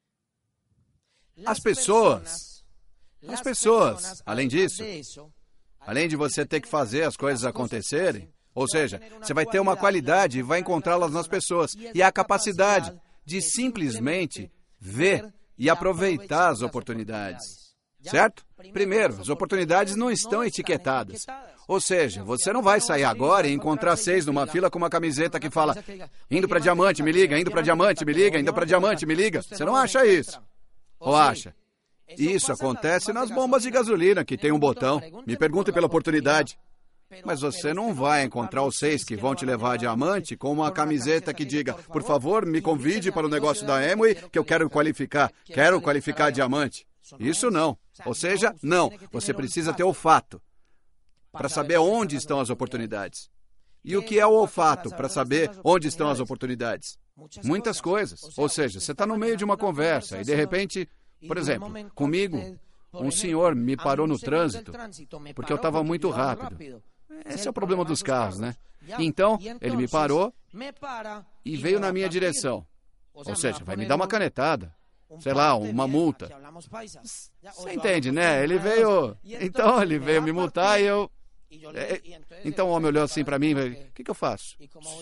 As pessoas, as pessoas, além disso, além de você ter que fazer as coisas acontecerem, ou seja, você vai ter uma qualidade e vai encontrá-las nas pessoas. E a capacidade de simplesmente ver e aproveitar as oportunidades. Certo? Primeiro, as oportunidades não estão etiquetadas. Ou seja, você não vai sair agora e encontrar seis numa fila com uma camiseta que fala indo para diamante, me liga, indo para diamante, me liga, indo para diamante, me liga. Você não acha isso? Ou acha? Isso acontece nas bombas de gasolina, que tem um botão. Me pergunte pela oportunidade. Mas você não vai encontrar os seis que vão te levar a diamante com uma camiseta que diga, por favor, me convide para o negócio da Amway que eu quero qualificar. Quero qualificar diamante. Isso não. Ou seja, não. Você precisa ter olfato para saber onde estão as oportunidades. E o que é o olfato para saber onde estão as oportunidades? Muitas coisas. Ou seja, você está no meio de uma conversa e, de repente, por exemplo, comigo, um senhor me parou no trânsito porque eu estava muito rápido. Esse é o problema dos carros, né? Então, ele me parou e veio na minha direção. Ou seja, vai me dar uma canetada. Sei lá, uma multa. Você entende, né? Ele veio... Então, ele veio me multar e eu... Então o homem olhou assim para mim e falou, o que, que eu faço?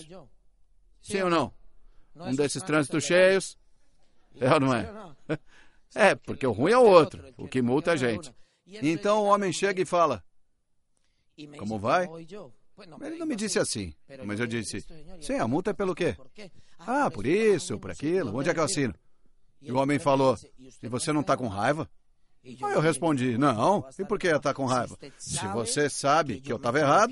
Sim ou não? Um desses trânsitos cheios? É ou não é? É, porque o ruim é o outro. O que multa é a gente. Então o homem chega e fala, como vai? Ele não me disse assim, mas eu disse, sim, a multa é pelo quê? Ah, por isso, por aquilo, onde é que eu assino? E o homem falou, e você não está com raiva? Aí eu respondi, não, e por que eu estou com raiva? Se você sabe que eu estava errado...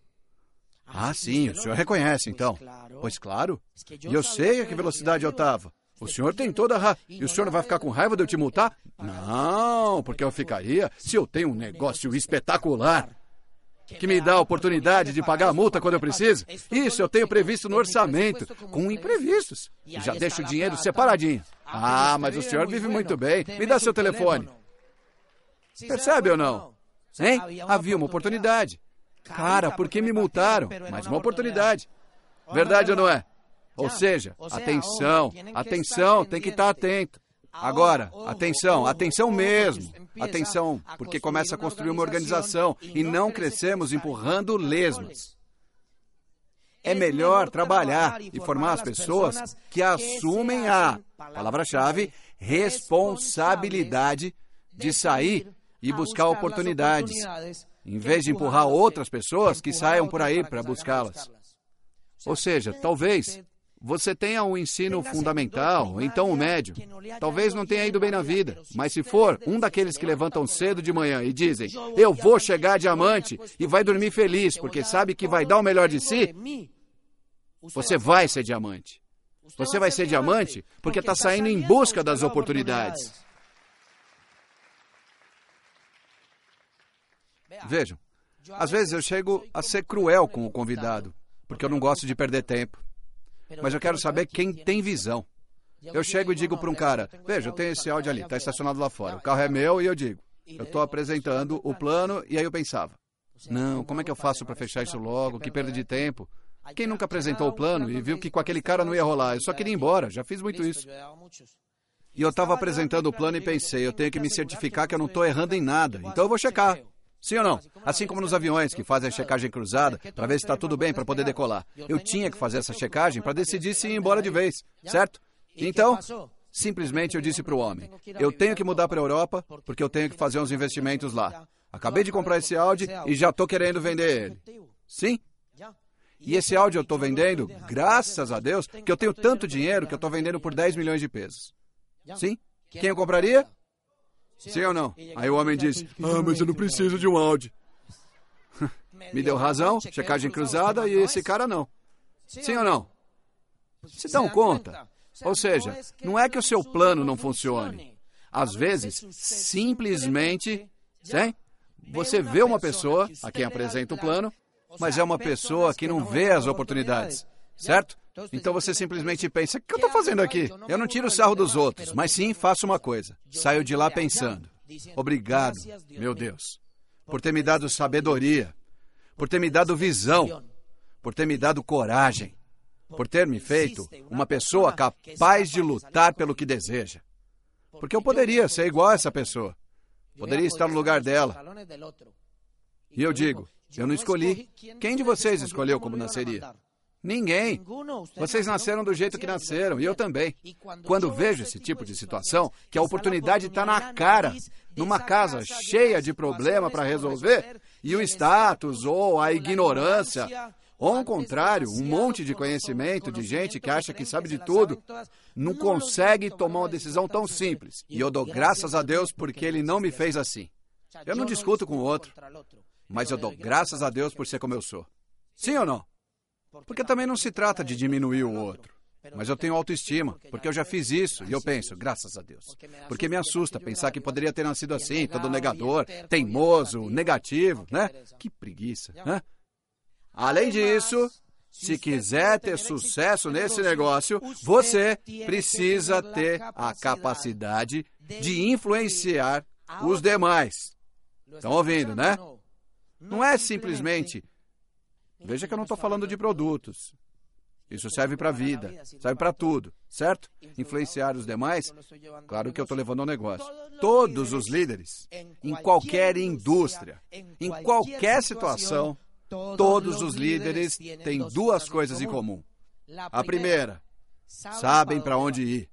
Ah, sim, o senhor reconhece, então. Pois claro, e eu sei a que velocidade eu estava. O senhor tem toda a ra... E o senhor não vai ficar com raiva de eu te multar? Não, porque eu ficaria se eu tenho um negócio espetacular. que me dá a oportunidade de pagar a multa quando eu preciso. Isso eu tenho previsto no orçamento, com imprevistos. E já deixo o dinheiro separadinho. Ah, mas o senhor vive muito bem. Me dá seu telefone. Percebe ou não? Hein? Havia uma oportunidade. Cara, por que me multaram? Mas uma oportunidade. Verdade ou não é? Ou seja, atenção, atenção, tem que estar atento. Agora, atenção, atenção mesmo. Atenção, porque começa a construir uma organização e não crescemos empurrando lesmas. É melhor trabalhar e formar as pessoas que assumem a, palavra-chave, responsabilidade de sair e buscar oportunidades, em vez de empurrar outras pessoas que saiam por aí para buscá-las. Ou seja, talvez você tenha um ensino fundamental, ou então o médio. Talvez não tenha ido bem na vida, mas se for um daqueles que levantam cedo de manhã e dizem, eu vou chegar diamante, e vai dormir feliz, porque sabe que vai dar o melhor de si, você vai ser diamante. Você vai ser diamante porque está saindo em busca das oportunidades. Vejam, às vezes eu chego a ser cruel com o convidado, porque eu não gosto de perder tempo. Mas eu quero saber quem tem visão. Eu chego e digo para um cara, veja, eu tenho esse áudio ali, está estacionado lá fora. O carro é meu e eu digo, eu estou apresentando o plano e aí eu pensava, não, como é que eu faço para fechar isso logo, que perda de tempo. Quem nunca apresentou o plano e viu que com aquele cara não ia rolar? Eu só queria ir embora, já fiz muito isso. E eu estava apresentando o plano e pensei, eu tenho que me certificar que eu não estou errando em nada, então eu vou checar. Sim ou não? Assim como nos aviões que fazem a checagem cruzada para ver se está tudo bem para poder decolar. Eu tinha que fazer essa checagem para decidir se ir embora de vez, certo? Então, simplesmente eu disse para o homem, eu tenho que mudar para a Europa porque eu tenho que fazer uns investimentos lá. Acabei de comprar esse Audi e já estou querendo vender ele. Sim? E esse Audi eu estou vendendo, graças a Deus, que eu tenho tanto dinheiro que eu estou vendendo por dez milhões de pesos. Sim? Quem eu compraria? Sim ou não? Aí o homem disse, ah, mas eu não preciso de um Audi. Me deu razão, checagem cruzada, e esse cara não. Sim ou não? Se dão conta? Ou seja, não é que o seu plano não funcione. Às vezes, simplesmente, sim, você vê uma pessoa a quem apresenta o plano, mas é uma pessoa que não vê as oportunidades, certo? Então você simplesmente pensa, o que eu estou fazendo aqui? Eu não tiro o sarro dos outros, mas sim faço uma coisa. Saio de lá pensando, obrigado, meu Deus, por ter me dado sabedoria, por ter me dado visão, por ter me dado coragem, por ter me feito uma pessoa capaz de lutar pelo que deseja. Porque eu poderia ser igual a essa pessoa, poderia estar no lugar dela. E eu digo, eu não escolhi. Quem de vocês escolheu como nasceria? Ninguém. Vocês nasceram do jeito que nasceram, e eu também. Quando vejo esse tipo de situação, que a oportunidade está na cara, numa casa cheia de problema para resolver, e o status ou a ignorância, ou ao contrário, um monte de conhecimento de gente que acha que sabe de tudo, não consegue tomar uma decisão tão simples. E eu dou graças a Deus porque Ele não me fez assim. Eu não discuto com o outro, mas eu dou graças a Deus por ser como eu sou. Sim ou não? Porque também não se trata de diminuir o outro. Mas eu tenho autoestima, porque eu já fiz isso, e eu penso, graças a Deus. Porque me assusta pensar que poderia ter nascido assim, todo negador, teimoso, negativo, né? Que preguiça, né? Além disso, se quiser ter sucesso nesse negócio, você precisa ter a capacidade de influenciar os demais. Estão ouvindo, né? Não é simplesmente... Veja que eu não estou falando de produtos. Isso serve para a vida, serve para tudo, certo? Influenciar os demais, claro que eu estou levando ao negócio. Todos os líderes, em qualquer indústria, em qualquer situação, todos os líderes têm duas coisas em comum. A primeira, sabem para onde ir.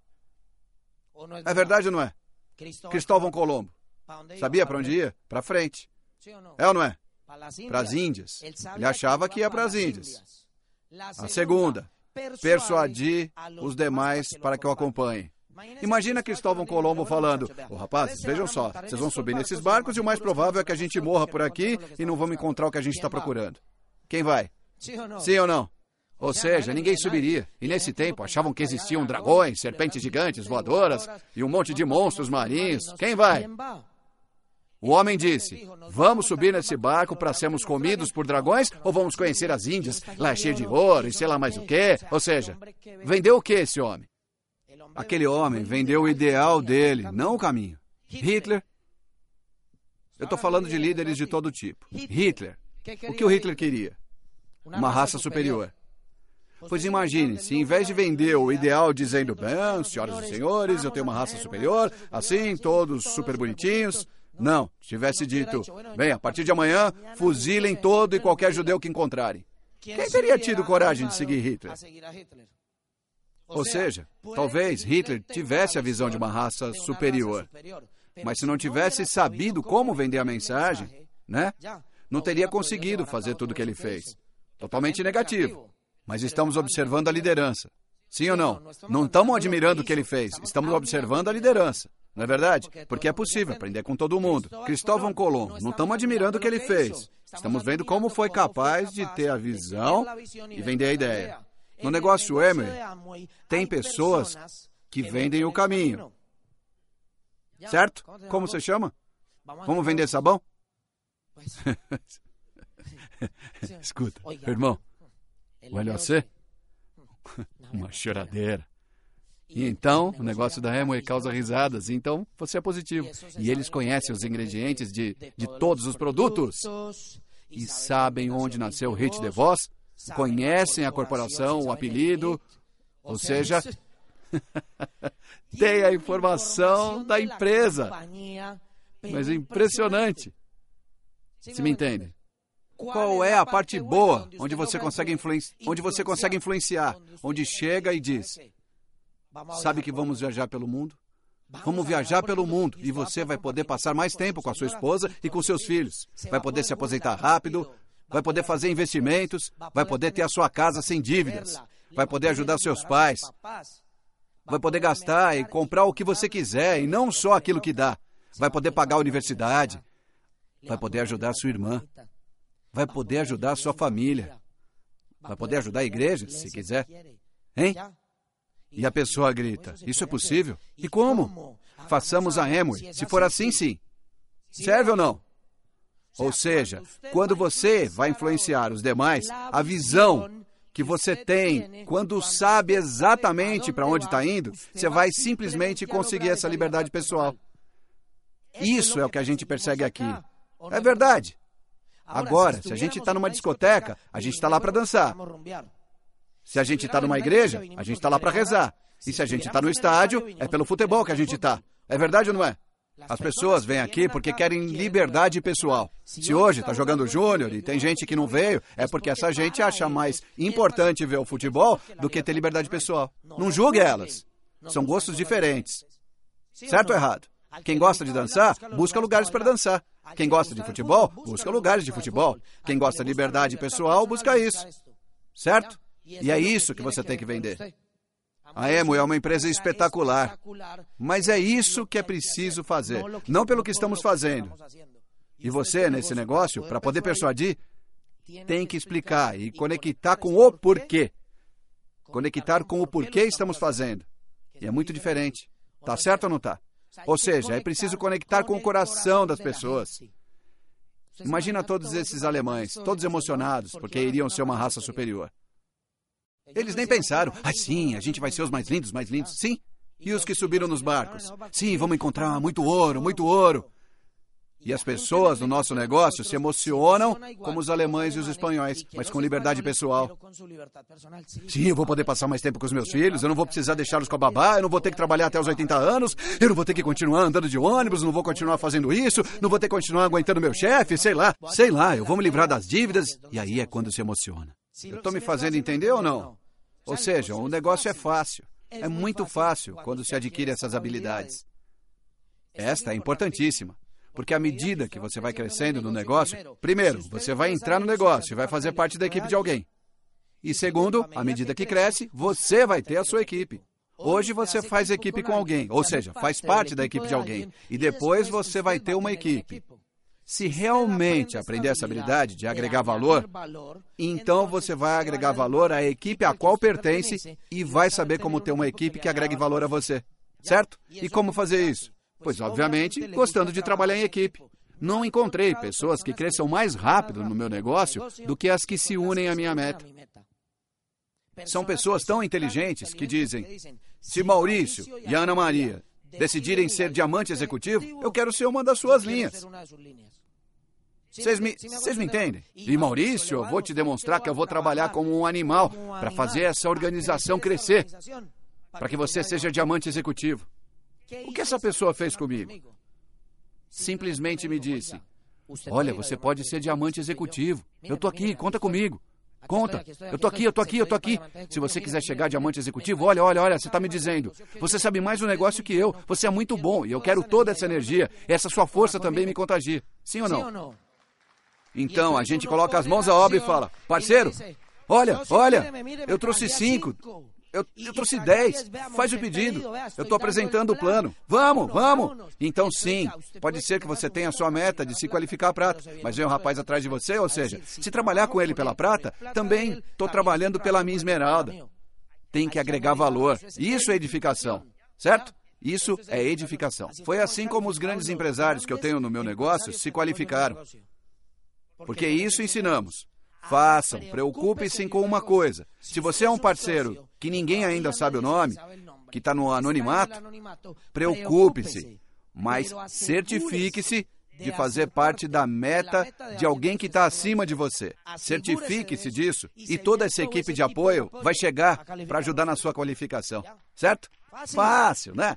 É verdade ou não é? Cristóvão Colombo sabia para onde ia? Para frente. É ou não é? Para as Índias. Ele achava que ia para as Índias. A segunda, persuadir os demais para que o acompanhem. Imagina Cristóvão Colombo falando, ô rapazes, vejam só, vocês vão subir nesses barcos e o mais provável é que a gente morra por aqui e não vamos encontrar o que a gente está procurando. Quem vai? Sim ou não? Ou seja, ninguém subiria. E nesse tempo achavam que existiam dragões, serpentes gigantes, voadoras e um monte de monstros marinhos. Quem vai? O homem disse, vamos subir nesse barco para sermos comidos por dragões ou vamos conhecer as Índias, lá é cheio de ouro e sei lá mais o quê? Ou seja, vendeu o que esse homem? Aquele homem vendeu o ideal dele, não o caminho. Hitler, eu estou falando de líderes de todo tipo. Hitler, o que o Hitler queria? Uma raça superior. Pois imagine, se em vez de vender o ideal dizendo, bem, senhoras e senhores, eu tenho uma raça superior, assim, todos super bonitinhos, não, tivesse dito, bem, a partir de amanhã, fuzilem todo e qualquer judeu que encontrarem. Quem teria tido coragem de seguir Hitler? Ou seja, talvez Hitler tivesse a visão de uma raça superior, mas se não tivesse sabido como vender a mensagem, né, não teria conseguido fazer tudo o que ele fez. Totalmente negativo. Mas estamos observando a liderança. Sim ou não? Não estamos admirando o que ele fez, estamos observando a liderança. Não é verdade? Porque é possível aprender com todo mundo. Cristóvão Colombo, não estamos admirando o que ele fez. Estamos vendo como foi capaz de ter a visão e vender a ideia. No negócio Amway, tem pessoas que vendem o caminho. Certo? Como você chama? Vamos vender sabão? Escuta, irmão. Olha você, uma choradeira. E então, o negócio da Amway causa risadas, então você é positivo. E eles conhecem os ingredientes de, de todos os produtos. E sabem onde nasceu o Hit The Voz, conhecem a corporação, o apelido, ou seja, tem a informação da empresa. Mas é impressionante. Você me entende? Qual é a parte boa, onde você consegue influenciar, onde você consegue influenciar, onde chega e diz, sabe que vamos viajar pelo mundo? Vamos viajar pelo mundo e você vai poder passar mais tempo com a sua esposa e com seus filhos. Vai poder se aposentar rápido, vai poder fazer investimentos, vai poder ter a sua casa sem dívidas, vai poder ajudar seus pais, vai poder gastar e comprar o que você quiser e não só aquilo que dá. Vai poder pagar a universidade, vai poder ajudar a sua irmã. Vai poder ajudar a sua família. Vai poder ajudar a igreja, se quiser. Hein? E a pessoa grita, isso é possível? E como? Façamos a Amway. Se for assim, sim. Serve ou não? Ou seja, quando você vai influenciar os demais, a visão que você tem, quando sabe exatamente para onde está indo, você vai simplesmente conseguir essa liberdade pessoal. Isso é o que a gente persegue aqui. É verdade. Agora, se a gente está numa discoteca, a gente está lá para dançar. Se a gente está numa igreja, a gente está lá para rezar. E se a gente está no estádio, é pelo futebol que a gente está. É verdade ou não é? As pessoas vêm aqui porque querem liberdade pessoal. Se hoje está jogando Júnior e tem gente que não veio, é porque essa gente acha mais importante ver o futebol do que ter liberdade pessoal. Não julgue elas. São gostos diferentes. Certo ou errado? Quem gosta de dançar, busca lugares para dançar. Quem gosta de futebol, busca lugares de futebol. Quem gosta de liberdade pessoal, busca isso. Certo? E é isso que você tem que vender. A Amway é uma empresa espetacular, mas é isso que é preciso fazer, não pelo que estamos fazendo. E você, nesse negócio, para poder persuadir, tem que explicar e conectar com o porquê. Conectar com o porquê estamos fazendo. E é muito diferente. Tá certo ou não tá? Ou seja, é preciso conectar com o coração das pessoas. Imagina todos esses alemães, todos emocionados, porque iriam ser uma raça superior. Eles nem pensaram, ah, sim, a gente vai ser os mais lindos, mais lindos. Sim. E os que subiram nos barcos? Sim, vamos encontrar muito ouro, muito ouro. E as pessoas no nosso negócio se emocionam como os alemães e os espanhóis, mas com liberdade pessoal. Sim, eu vou poder passar mais tempo com os meus filhos, eu não vou precisar deixá-los com a babá, eu não vou ter que trabalhar até os oitenta anos, eu não vou ter que continuar andando de ônibus, não vou continuar fazendo isso, não vou ter que continuar aguentando meu chefe, sei lá, sei lá, eu vou me livrar das dívidas. E aí é quando se emociona. Eu estou me fazendo entender ou não? Ou seja, o negócio é fácil. É muito fácil quando se adquire essas habilidades. Esta é importantíssima. Porque à medida que você vai crescendo no negócio, primeiro, você vai entrar no negócio e vai fazer parte da equipe de alguém. E segundo, à medida que cresce, você vai ter a sua equipe. Hoje você faz equipe com alguém, ou seja, faz parte da equipe de alguém. E depois você vai ter uma equipe. Se realmente aprender essa habilidade de agregar valor, então você vai agregar valor à equipe a qual pertence e vai saber como ter uma equipe que agregue valor a você. Certo? E como fazer isso? Pois, obviamente, gostando de trabalhar em equipe. Não encontrei pessoas que cresçam mais rápido no meu negócio do que as que se unem à minha meta. São pessoas tão inteligentes que dizem, se Maurício e Ana Maria decidirem ser diamante executivo, eu quero ser uma das suas linhas. Vocês me, vocês me entendem? E Maurício, eu vou te demonstrar que eu vou trabalhar como um animal para fazer essa organização crescer, para que você seja diamante executivo. O que essa pessoa fez comigo? Simplesmente me disse, olha, você pode ser diamante executivo. Eu tô aqui, conta comigo. Conta, eu tô aqui, eu tô aqui, eu tô aqui. Se você quiser chegar a diamante executivo, olha, olha, olha, você está me dizendo. Você sabe mais do negócio que eu. Você é muito bom e eu quero toda essa energia. Essa sua força também me contagia. Sim ou não? Então, a gente coloca as mãos à obra e fala, parceiro, olha, olha, eu trouxe cinco, eu, eu trouxe dez, faz o pedido, eu estou apresentando o plano, vamos, vamos. Então, sim, pode ser que você tenha a sua meta de se qualificar a prata, mas vem um rapaz atrás de você, ou seja, se trabalhar com ele pela prata, também estou trabalhando pela minha esmeralda. Tem que agregar valor, isso é edificação, certo? Isso é edificação. Foi assim como os grandes empresários que eu tenho no meu negócio se qualificaram. Porque isso ensinamos. Façam, preocupem-se com uma coisa. Se você é um parceiro que ninguém ainda sabe o nome, que está no anonimato, preocupe-se, mas certifique-se de fazer parte da meta de alguém que está acima de você. Certifique-se disso e toda essa equipe de apoio vai chegar para ajudar na sua qualificação. Certo? Fácil, né?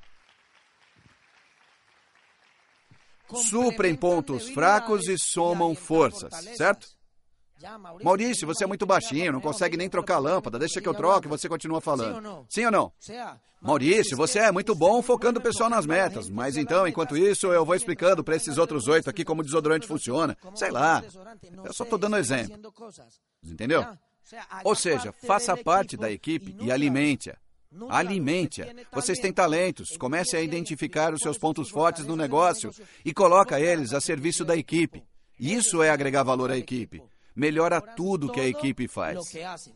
Suprem pontos fracos e somam forças, certo? Maurício, você é muito baixinho, não consegue nem trocar a lâmpada, deixa que eu troque e você continua falando. Sim ou não? Maurício, você é muito bom focando o pessoal nas metas, mas então, enquanto isso, eu vou explicando para esses outros oito aqui como o desodorante funciona. Sei lá, eu só estou dando exemplo. Entendeu? Ou seja, faça parte da equipe e alimente-a. Alimente-a. Vocês têm talentos, comece a identificar os seus pontos fortes no negócio e coloca eles a serviço da equipe. Isso é agregar valor à equipe. Melhora tudo que a equipe faz.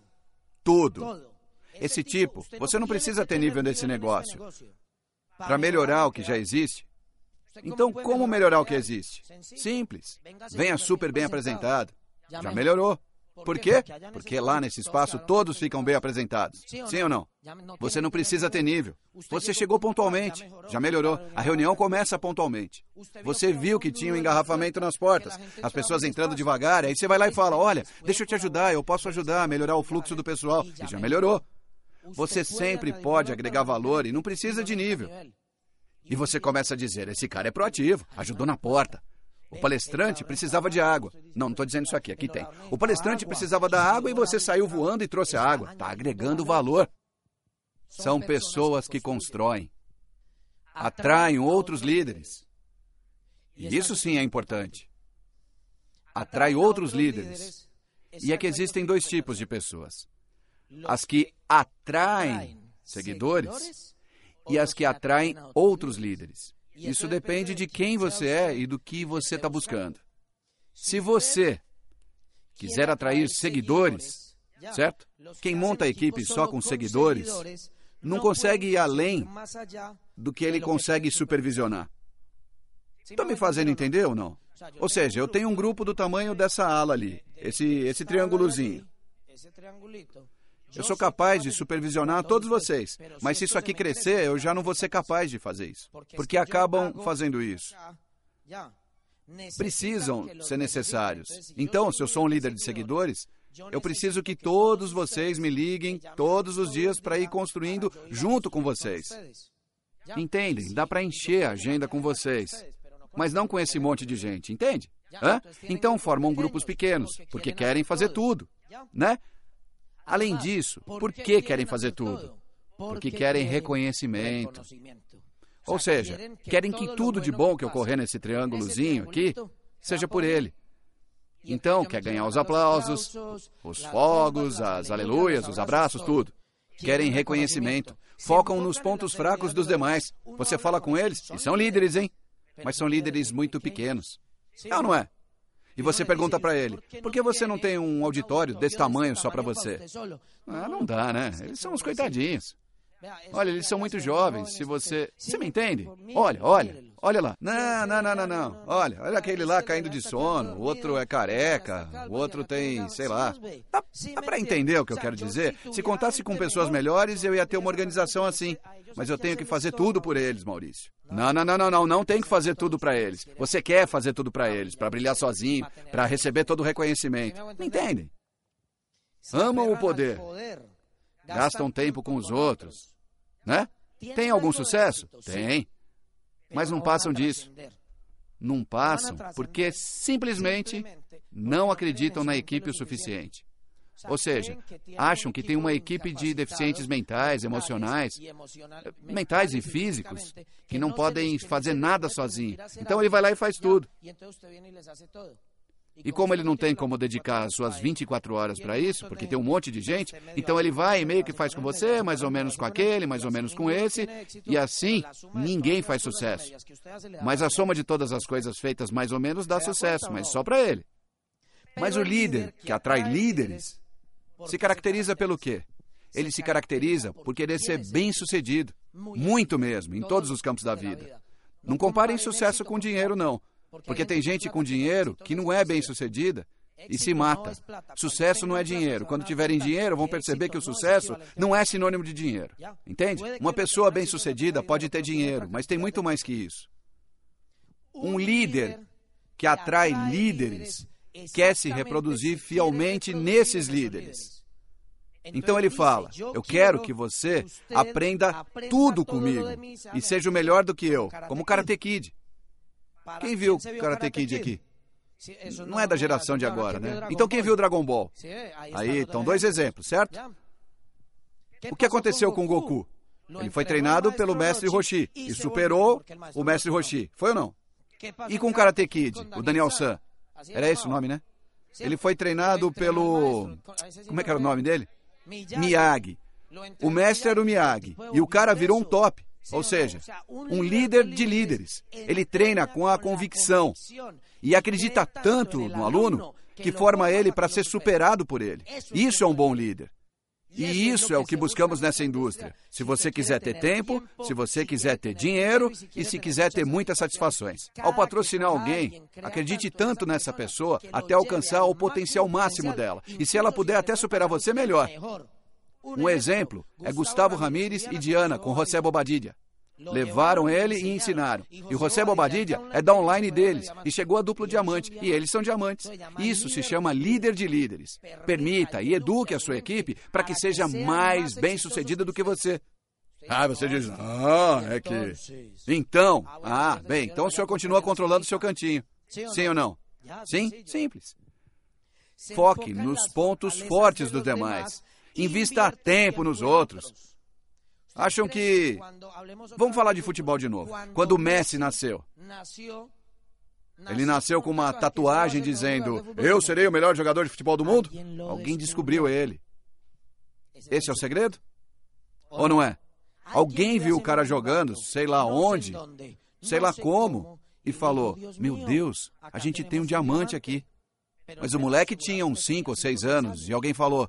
Tudo. Esse tipo, você não precisa ter nível nesse negócio para melhorar o que já existe. Então, como melhorar o que existe? Simples. Venha super bem apresentado. Já melhorou. Por quê? Porque lá nesse espaço todos ficam bem apresentados. Sim ou não? Você não precisa ter nível. Você chegou pontualmente. Já melhorou. A reunião começa pontualmente. Você viu que tinha um engarrafamento nas portas. As pessoas entrando devagar. Aí você vai lá e fala, olha, deixa eu te ajudar. Eu posso ajudar a melhorar o fluxo do pessoal. E já melhorou. Você sempre pode agregar valor e não precisa de nível. E você começa a dizer, esse cara é proativo. Ajudou na porta. O palestrante precisava de água. Não, não estou dizendo isso aqui, aqui tem. O palestrante precisava da água e você saiu voando e trouxe a água. Está agregando valor. São pessoas que constroem, atraem outros líderes. E isso sim é importante. Atrai outros líderes. E é que existem dois tipos de pessoas. As que atraem seguidores e as que atraem outros líderes. Isso depende de quem você é e do que você está buscando. Se você quiser atrair seguidores, certo? Quem monta a equipe só com seguidores não consegue ir além do que ele consegue supervisionar. Estão me fazendo entender ou não? Ou seja, eu tenho um grupo do tamanho dessa ala ali, esse, esse triângulozinho. Eu sou capaz de supervisionar todos vocês, mas se isso aqui crescer, eu já não vou ser capaz de fazer isso, porque acabam fazendo isso. Precisam ser necessários. Então, se eu sou um líder de seguidores, eu preciso que todos vocês me liguem todos os dias para ir construindo junto com vocês. Entendem? Dá para encher a agenda com vocês, mas não com esse monte de gente, entende? Hã? Então, formam grupos pequenos, porque querem fazer tudo, né? Além disso, por que querem fazer tudo? Porque querem reconhecimento. Ou seja, querem que tudo de bom que ocorrer nesse triângulozinho aqui seja por ele. Então, quer ganhar os aplausos, os fogos, as aleluias, os abraços, tudo. Querem reconhecimento. Focam nos pontos fracos dos demais. Você fala com eles, e são líderes, hein? Mas são líderes muito pequenos. É ou não é? E você pergunta para ele, por que você não tem um auditório desse tamanho só para você? Ah, não dá, né? Eles são uns coitadinhos. Olha, eles são muito jovens, se você... Você me entende? Olha, olha, olha lá. Não, não, não, não, não. Olha, olha aquele lá caindo de sono, o outro é careca, o outro tem, sei lá. Dá, dá pra entender o que eu quero dizer? Se contasse com pessoas melhores, eu ia ter uma organização assim. Mas eu tenho que fazer tudo por eles, Maurício. Não, não, não, não, não, não tem que fazer tudo pra eles. Você quer fazer tudo pra eles, pra brilhar sozinho, pra receber todo o reconhecimento. Me entendem? Amam o poder. Gastam tempo com os outros, né? Tem algum sucesso? Tem. Mas não passam disso. Não passam porque simplesmente não acreditam na equipe o suficiente. Ou seja, acham que tem uma equipe de deficientes mentais, emocionais, mentais e físicos, que não podem fazer nada sozinho. Então ele vai lá e faz tudo. E como ele não tem como dedicar as suas vinte e quatro horas para isso, porque tem um monte de gente, então ele vai e meio que faz com você, mais ou menos com aquele, mais ou menos com esse, e assim ninguém faz sucesso. Mas a soma de todas as coisas feitas mais ou menos dá sucesso, mas só para ele. Mas o líder, que atrai líderes, se caracteriza pelo quê? Ele se caracteriza por querer ser bem-sucedido, muito mesmo, em todos os campos da vida. Não comparem sucesso com dinheiro, não. Porque tem gente com dinheiro que não é bem-sucedida e se mata. Sucesso não é dinheiro. Quando tiverem dinheiro, vão perceber que o sucesso não é sinônimo de dinheiro. Entende? Uma pessoa bem-sucedida pode ter dinheiro, mas tem muito mais que isso. Um líder que atrai líderes quer se reproduzir fielmente nesses líderes. Então ele fala, eu quero que você aprenda tudo comigo e seja o melhor do que eu, como Karate Kid. Quem viu Karate Kid aqui? Não é da geração de agora, né? Então quem viu Dragon Ball? Aí estão dois exemplos, certo? O que aconteceu com o Goku? Ele foi treinado pelo mestre Roshi e superou o mestre Roshi. Foi ou não? E com o Karate Kid, o Daniel San? Era esse o nome, né? Ele foi treinado pelo... Como é que era o nome dele? Miyagi. O mestre era o Miyagi e o cara virou um top. Ou seja, um líder de líderes. Ele treina com a convicção e acredita tanto no aluno que forma ele para ser superado por ele. Isso é um bom líder. E isso é o que buscamos nessa indústria. Se você quiser ter tempo, se você quiser ter dinheiro e se quiser ter muitas satisfações. Ao patrocinar alguém, acredite tanto nessa pessoa até alcançar o potencial máximo dela. E se ela puder até superar você, melhor. Um exemplo é Gustavo Ramírez e Diana com José Bobadilla. Levaram ele e ensinaram. E o José Bobadilla é da online deles e chegou a duplo diamante. E eles são diamantes. Isso se chama líder de líderes. Permita e eduque a sua equipe para que seja mais bem-sucedida do que você. Ah, você diz, ah, é que... Então, ah, bem, então o senhor continua controlando o seu cantinho. Sim ou não? Sim? Simples. Foque nos pontos fortes dos demais. Invista tempo nos outros. Acham que... Vamos falar de futebol de novo. Quando o Messi nasceu, ele nasceu com uma tatuagem dizendo, eu serei o melhor jogador de futebol do mundo? Alguém descobriu ele. Esse é o segredo? Ou não é? Alguém viu o cara jogando, sei lá onde, sei lá como, e falou, meu Deus, a gente tem um diamante aqui. Mas o moleque tinha uns cinco ou seis anos, e alguém falou,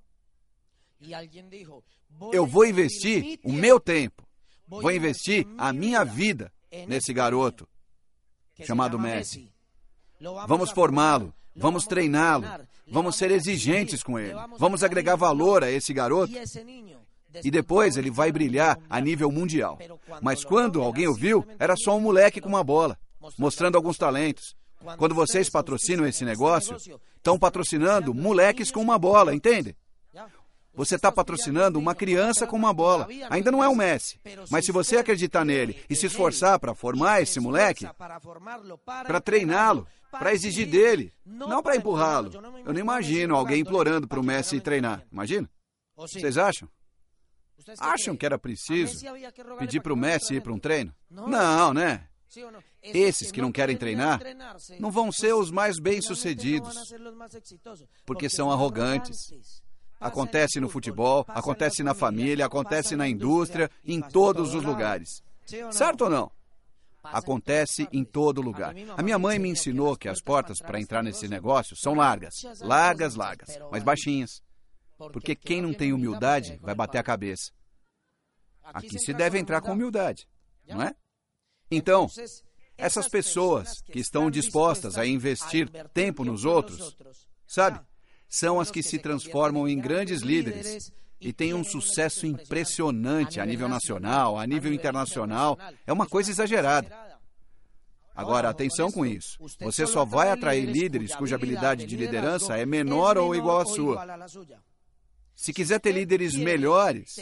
eu vou investir o meu tempo, vou investir a minha vida nesse garoto chamado Messi. Vamos formá-lo, vamos treiná-lo, vamos ser exigentes com ele, vamos agregar valor a esse garoto e depois ele vai brilhar a nível mundial. Mas quando alguém o viu, era só um moleque com uma bola, mostrando alguns talentos. Quando vocês patrocinam esse negócio, estão patrocinando moleques com uma bola, entende? Você está patrocinando uma criança com uma bola. Ainda não é o Messi. Mas se você acreditar nele e se esforçar para formar esse moleque, para treiná-lo, para exigir dele, não para empurrá-lo. Eu não imagino alguém implorando para o Messi treinar. Imagina? Vocês acham? Acham que era preciso pedir para o Messi ir para um treino? Não, né? Esses que não querem treinar não vão ser os mais bem-sucedidos, porque são arrogantes. Acontece no futebol, acontece na família, acontece na indústria, em todos os lugares. Certo ou não? Acontece em todo lugar. A minha mãe me ensinou que as portas para entrar nesse negócio são largas, largas, largas, mas baixinhas. Porque quem não tem humildade vai bater a cabeça. Aqui se deve entrar com humildade, não é? Então, essas pessoas que estão dispostas a investir tempo nos outros, sabe, são as que se transformam em grandes líderes e têm um sucesso impressionante a nível nacional, a nível internacional. É uma coisa exagerada. Agora, atenção com isso. Você só vai atrair líderes cuja habilidade de liderança é menor ou igual à sua. Se quiser ter líderes melhores,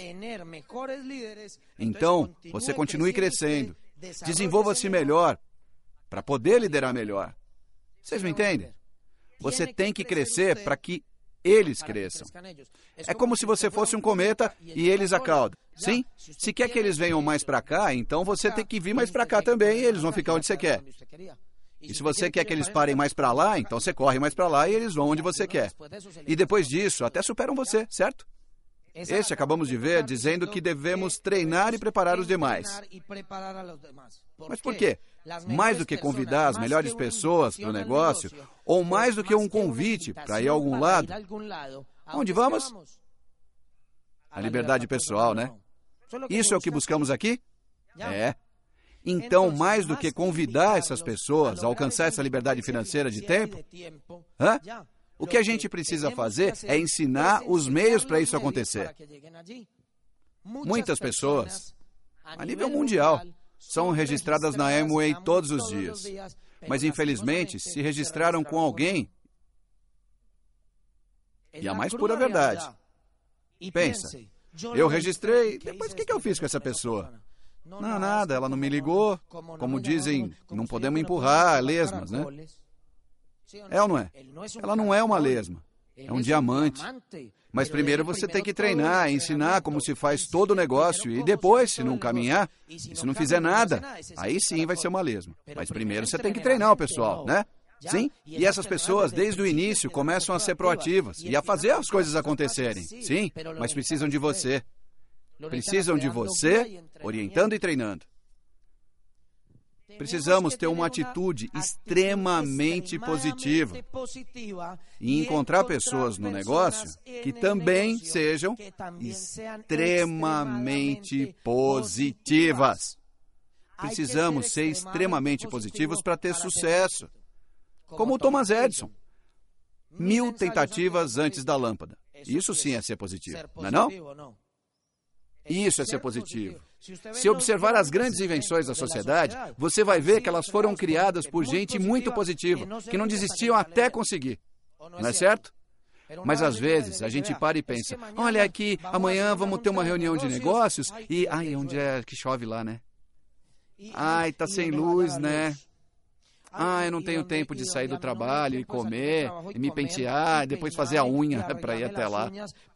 então você continue crescendo. Desenvolva-se melhor para poder liderar melhor. Vocês me entendem? Você tem que crescer para que eles cresçam. É como se você fosse um cometa e eles a cauda. Sim? Se quer que eles venham mais para cá, então você tem que vir mais para cá também e eles vão ficar onde você quer. E se você quer que eles parem mais para lá, então você corre mais para lá e eles vão onde você quer. E depois disso, até superam você, certo? Este acabamos de ver dizendo que devemos treinar e preparar os demais. Mas por quê? Mais do que convidar as melhores pessoas para o negócio, ou mais do que um convite para ir a algum lado, onde vamos? A liberdade pessoal, né? Isso é o que buscamos aqui? É. Então, mais do que convidar essas pessoas a alcançar essa liberdade financeira de tempo, hã? O que a gente precisa fazer é ensinar os meios para isso acontecer. Muitas pessoas, a nível mundial, são registradas na Amway todos os dias, mas infelizmente se registraram com alguém. E a mais pura verdade. Pensa, eu registrei, depois o que eu fiz com essa pessoa? Não, nada, ela não me ligou. Como dizem, não podemos empurrar lesmas, né? É ou não é? Ela não é uma lesma, é um diamante. Mas primeiro você tem que treinar, ensinar como se faz todo o negócio e depois, se não caminhar, e se não fizer nada, aí sim vai ser uma lesma. Mas primeiro você tem que treinar o pessoal, né? Sim? E essas pessoas, desde o início, começam a ser proativas e a fazer as coisas acontecerem. Sim, mas precisam de você. Precisam de você, orientando e treinando. Precisamos ter uma atitude extremamente positiva e encontrar pessoas no negócio que também sejam extremamente positivas. Precisamos ser extremamente positivos para ter sucesso. Como o Thomas Edison. Mil tentativas antes da lâmpada. Isso sim é ser positivo, não é não? Isso é ser positivo. Se observar as grandes invenções da sociedade, você vai ver que elas foram criadas por gente muito positiva, que não desistiam até conseguir. Não é certo? Mas às vezes a gente para e pensa, olha aqui, amanhã vamos ter uma reunião de negócios e... Ai, onde é que chove lá, né? Ai, tá sem luz, né? Ah, eu não tenho tempo de sair do trabalho e comer, e me pentear, e depois fazer a unha para ir até lá.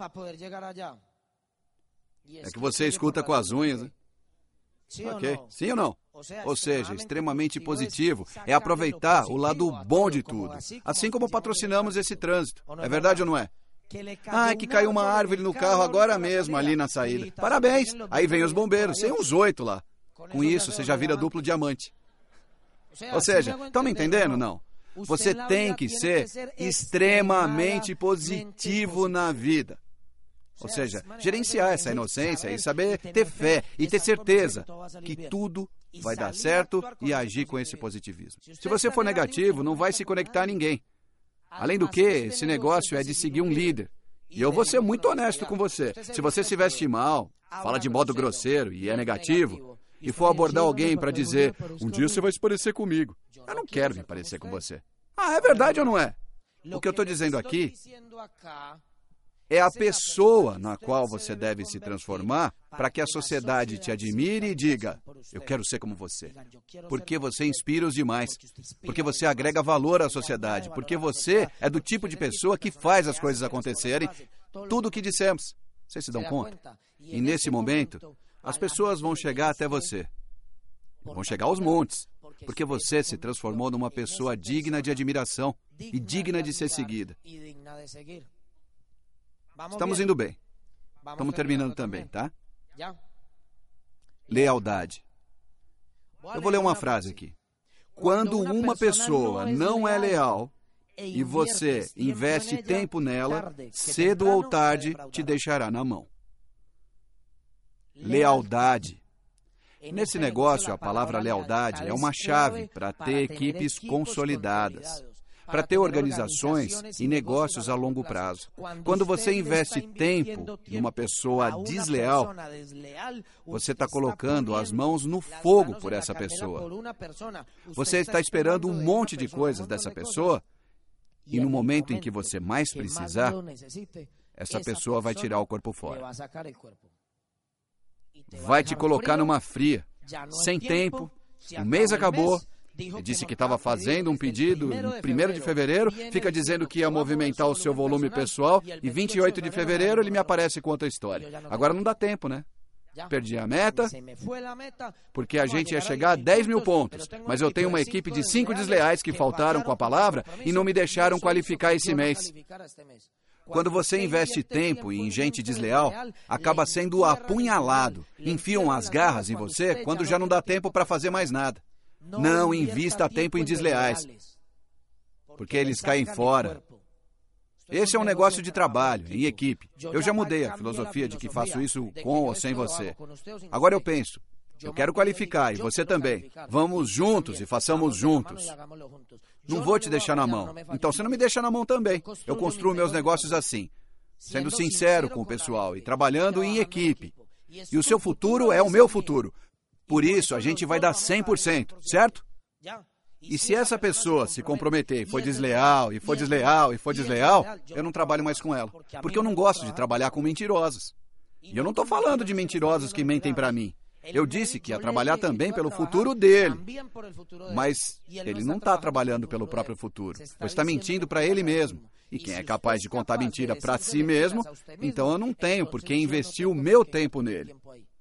É que você escuta com as unhas, né? Ok, sim ou não? Ou seja, extremamente positivo é aproveitar o lado bom de tudo, assim como patrocinamos esse trânsito. É verdade ou não é? Ah, que caiu uma árvore no carro agora mesmo, ali na saída. Parabéns! Aí vem os bombeiros, tem uns oito lá. Com isso, você já vira duplo diamante. Ou seja, estão me entendendo, não? Você tem que ser extremamente positivo na vida. Ou seja, gerenciar essa inocência e saber ter fé e ter certeza que tudo vai dar certo e agir com esse positivismo. Se você for negativo, não vai se conectar a ninguém. Além do que, esse negócio é de seguir um líder. E eu vou ser muito honesto com você. Se você se veste mal, fala de modo grosseiro e é negativo, e for abordar alguém para dizer, um dia você vai se parecer comigo. Eu não quero me parecer com você. Ah, é verdade ou não é? O que eu estou dizendo aqui é a pessoa na qual você deve se transformar para que a sociedade te admire e diga, eu quero ser como você. Porque você inspira os demais. Porque você agrega valor à sociedade. Porque você é do tipo de pessoa que faz as coisas acontecerem. Tudo o que dissemos. Vocês se dão conta? E nesse momento, as pessoas vão chegar até você. Vão chegar aos montes. Porque você se transformou numa pessoa digna de admiração e digna de ser seguida. Estamos indo bem. Estamos terminando também, tá? Lealdade. Eu vou ler uma frase aqui. Quando uma pessoa não é leal e você investe tempo nela, cedo ou tarde te deixará na mão. lealdade. Nesse negócio, a palavra lealdade é uma chave para ter equipes consolidadas, para ter organizações e negócios a longo prazo. Quando você investe tempo numa pessoa desleal, você está colocando as mãos no fogo por essa pessoa. Você está esperando um monte de coisas dessa pessoa e no momento em que você mais precisar, essa pessoa vai tirar o corpo fora. Vai te colocar numa fria, sem tempo, o mês acabou, ele disse que estava fazendo um pedido no primeiro de fevereiro, fica dizendo que ia movimentar o seu volume pessoal e vinte e oito de fevereiro ele me aparece com outra história. Agora não dá tempo, né? Perdi a meta, porque a gente ia chegar a dez mil pontos, mas eu tenho uma equipe de cinco desleais que faltaram com a palavra e não me deixaram qualificar esse mês. Quando você investe tempo em gente desleal, acaba sendo apunhalado. Enfiam as garras em você quando já não dá tempo para fazer mais nada. Não invista tempo em desleais, porque eles caem fora. Esse é um negócio de trabalho, em equipe. Eu já mudei a filosofia de que faço isso com ou sem você. Agora eu penso, eu quero qualificar, e você também. Vamos juntos e façamos juntos. Não vou te deixar na mão. Então você não me deixa na mão também. Eu construo meus negócios assim, sendo sincero com o pessoal e trabalhando em equipe. E o seu futuro é o meu futuro. Por isso, a gente vai dar cem por cento, certo? E se essa pessoa se comprometer e for desleal, e for desleal, e for desleal, eu não trabalho mais com ela. Porque eu não gosto de trabalhar com mentirosos. E eu não estou falando de mentirosos que mentem para mim. Eu disse que ia trabalhar também pelo futuro dele. Mas ele não está trabalhando pelo próprio futuro. Pois está mentindo para ele mesmo. E quem é capaz de contar mentira para si mesmo, então eu não tenho por que investir o meu tempo nele.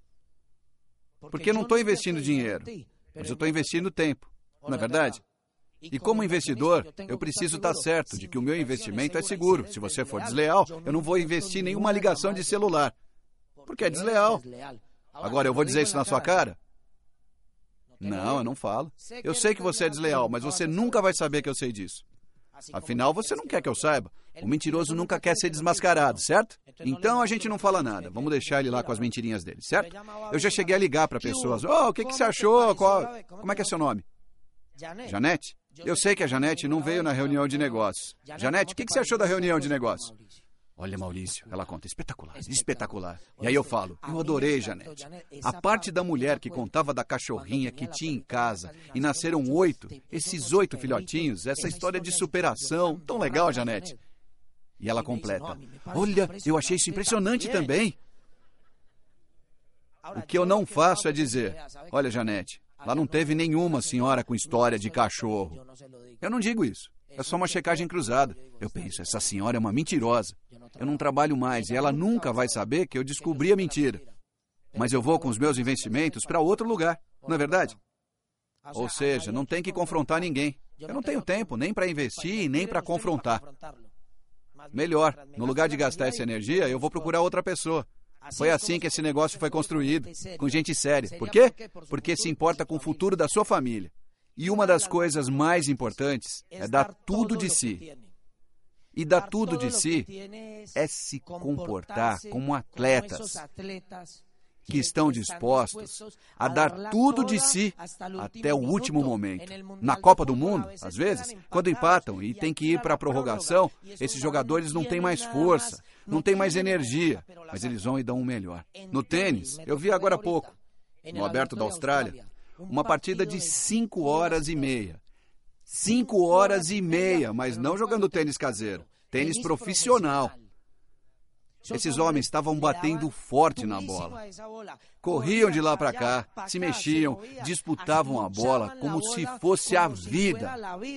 Porque eu não estou investindo dinheiro, mas eu estou investindo tempo. Não é verdade? E como investidor, eu preciso estar certo de que o meu investimento é seguro. Se você for desleal, eu não vou investir em nenhuma ligação de celular. Porque é desleal. Agora, eu vou dizer isso na sua cara? Não, eu não falo. Eu sei que você é desleal, mas você nunca vai saber que eu sei disso. Afinal, você não quer que eu saiba. O mentiroso nunca quer ser desmascarado, certo? Então a gente não fala nada. Vamos deixar ele lá com as mentirinhas dele, certo? Eu já cheguei a ligar para pessoas. Oh, o que, que você achou? Qual... Como é que é seu nome? Janete? Eu sei que a Janete não veio na reunião de negócios. Janete, o que, que você achou da reunião de negócios? Olha, Maurício, ela conta, espetacular, espetacular. E aí eu falo, eu adorei, Janete. A parte da mulher que contava da cachorrinha que tinha em casa e nasceram oito, esses oito filhotinhos, essa história de superação, tão legal, Janete. E ela completa, olha, eu achei isso impressionante também. O que eu não faço é dizer, olha, Janete, lá não teve nenhuma senhora com história de cachorro. Eu não digo isso. É só uma checagem cruzada. Eu penso, essa senhora é uma mentirosa. Eu não trabalho mais e ela nunca vai saber que eu descobri a mentira. Mas eu vou com os meus investimentos para outro lugar, não é verdade? Ou seja, não tem que confrontar ninguém. Eu não tenho tempo nem para investir e nem para confrontar. Melhor, no lugar de gastar essa energia, eu vou procurar outra pessoa. Foi assim que esse negócio foi construído, com gente séria. Por quê? Porque se importa com o futuro da sua família. E uma das coisas mais importantes é dar tudo de si. E dar tudo de si é se comportar como atletas que estão dispostos a dar tudo de si até o último momento. Na Copa do Mundo, às vezes, quando empatam e tem que ir para a prorrogação, esses jogadores não têm mais força, não têm mais energia, mas eles vão e dão o melhor. No tênis, eu vi agora há pouco, no Aberto da Austrália, uma partida de cinco horas e meia. Cinco horas e meia, mas não jogando tênis caseiro, tênis profissional. Esses homens estavam batendo forte na bola. Corriam de lá para cá, se mexiam, disputavam a bola como se fosse a vida.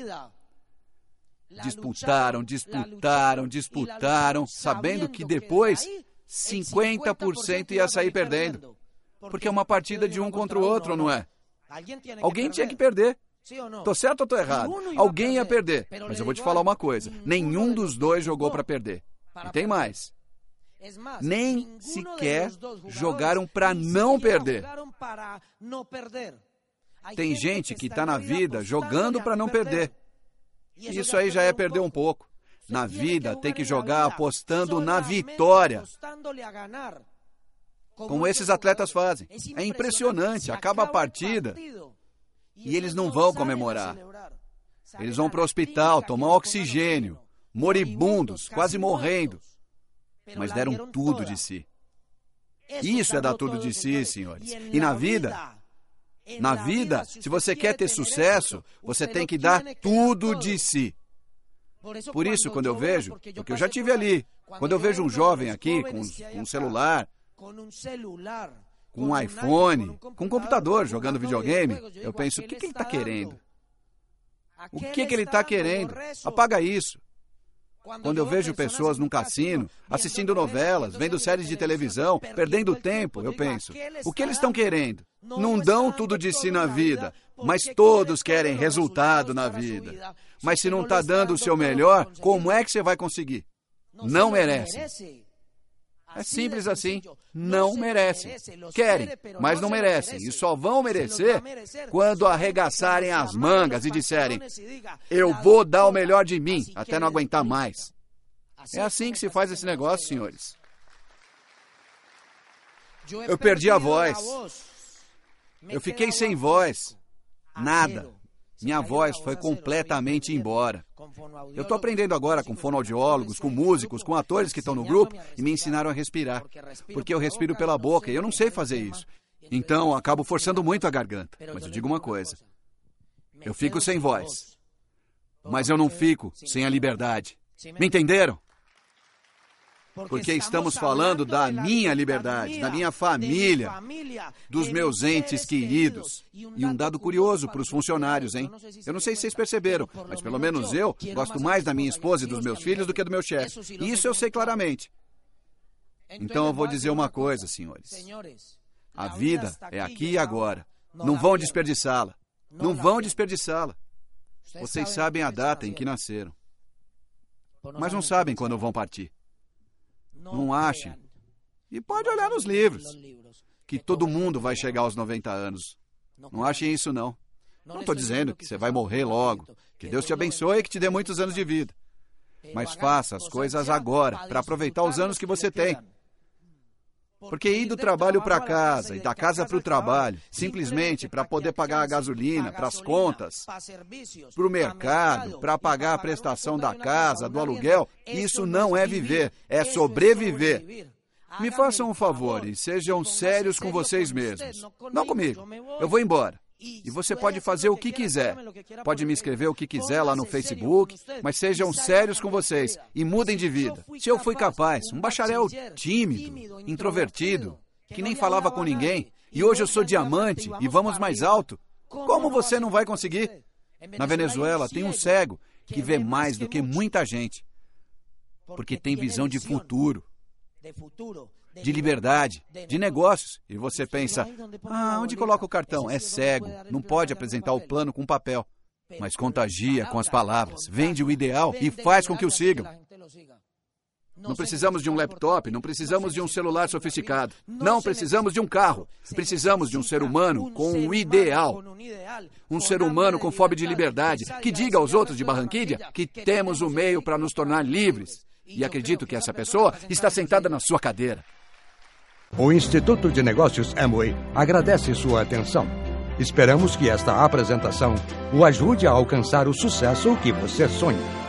Disputaram, disputaram, disputaram, sabendo que depois cinquenta por cento ia sair perdendo. Porque é uma partida de um contra o outro, não é? Alguém tinha que perder. Tô certo ou tô errado? Alguém ia perder. Mas eu vou te falar uma coisa. Nenhum dos dois jogou para perder. E tem mais. Nem sequer jogaram para não perder. Tem gente que está na vida jogando para não perder. Isso aí já é perder um pouco. Na vida tem que jogar apostando na vitória. como esses atletas fazem. É impressionante, acaba a partida e eles não vão comemorar. Eles vão para o hospital tomar oxigênio, moribundos, quase morrendo, mas deram tudo de si. Isso é dar tudo de si, senhores. E na vida, na vida, se você quer ter sucesso, você tem que dar tudo de si. Por isso, quando eu vejo, porque eu já tive ali, quando eu vejo um jovem aqui com um celular, com um iPhone, com um computador jogando videogame, eu penso, o que, que ele está querendo? O que, que ele está querendo? Apaga isso. Quando eu vejo pessoas num cassino, assistindo novelas, vendo séries de televisão, perdendo tempo, eu penso, o que eles estão querendo? Não dão tudo de si na vida, mas todos querem resultado na vida. Mas se não está dando o seu melhor, como é que você vai conseguir? Não merecem. É simples assim. Não merecem. Querem, mas não merecem. E só vão merecer quando arregaçarem as mangas e disserem, eu vou dar o melhor de mim, até não aguentar mais. É assim que se faz esse negócio, senhores. Eu perdi a voz. Eu fiquei sem voz. Nada. Minha voz foi completamente embora. Eu estou aprendendo agora com fonoaudiólogos, com músicos, com atores que estão no grupo e me ensinaram a respirar. Porque eu respiro pela boca e eu não sei fazer isso. Então, acabo forçando muito a garganta. Mas eu digo uma coisa. Eu fico sem voz. Mas eu não fico sem a liberdade. Me entenderam? Porque estamos falando da minha liberdade, da minha família, dos meus entes queridos. E um dado curioso para os funcionários, hein? Eu não sei se vocês perceberam, mas pelo menos eu gosto mais da minha esposa e dos meus filhos do que do meu chefe. E isso eu sei claramente. Então eu vou dizer uma coisa, senhores. A vida é aqui e agora. Não vão desperdiçá-la. Não vão desperdiçá-la. Vocês sabem a data em que nasceram, mas não sabem quando vão partir. Não achem. E pode olhar nos livros, que todo mundo vai chegar aos noventa anos. Não achem isso, não. Não estou dizendo que você vai morrer logo. Que Deus te abençoe e que te dê muitos anos de vida. Mas faça as coisas agora, para aproveitar os anos que você tem. Porque ir do trabalho para casa e da casa para o trabalho, simplesmente para poder pagar a gasolina, para as contas, para o mercado, para pagar a prestação da casa, do aluguel, isso não é viver, é sobreviver. Me façam um favor e sejam sérios com vocês mesmos. Não comigo. Eu vou embora. E você pode fazer o que quiser. Pode me escrever o que quiser lá no Facebook, mas sejam sérios com vocês e mudem de vida. Se eu fui capaz, um bacharel tímido, introvertido, que nem falava com ninguém, e hoje eu sou diamante e vamos mais alto, como você não vai conseguir? Na Venezuela tem um cego que vê mais do que muita gente, porque tem visão de futuro, de liberdade, de negócios. E você pensa, ah, onde coloca o cartão? É cego, não pode apresentar o plano com papel. Mas contagia com as palavras, vende o ideal e faz com que o sigam. Não precisamos de um laptop, não precisamos de um celular sofisticado, não precisamos de um carro. Precisamos de um ser humano com um ideal. Um ser humano com fome de liberdade, que diga aos outros de Barranquilla que temos o meio para nos tornar livres. E acredito que essa pessoa está sentada na sua cadeira. O Instituto de Negócios Amway agradece sua atenção. Esperamos que esta apresentação o ajude a alcançar o sucesso que você sonha.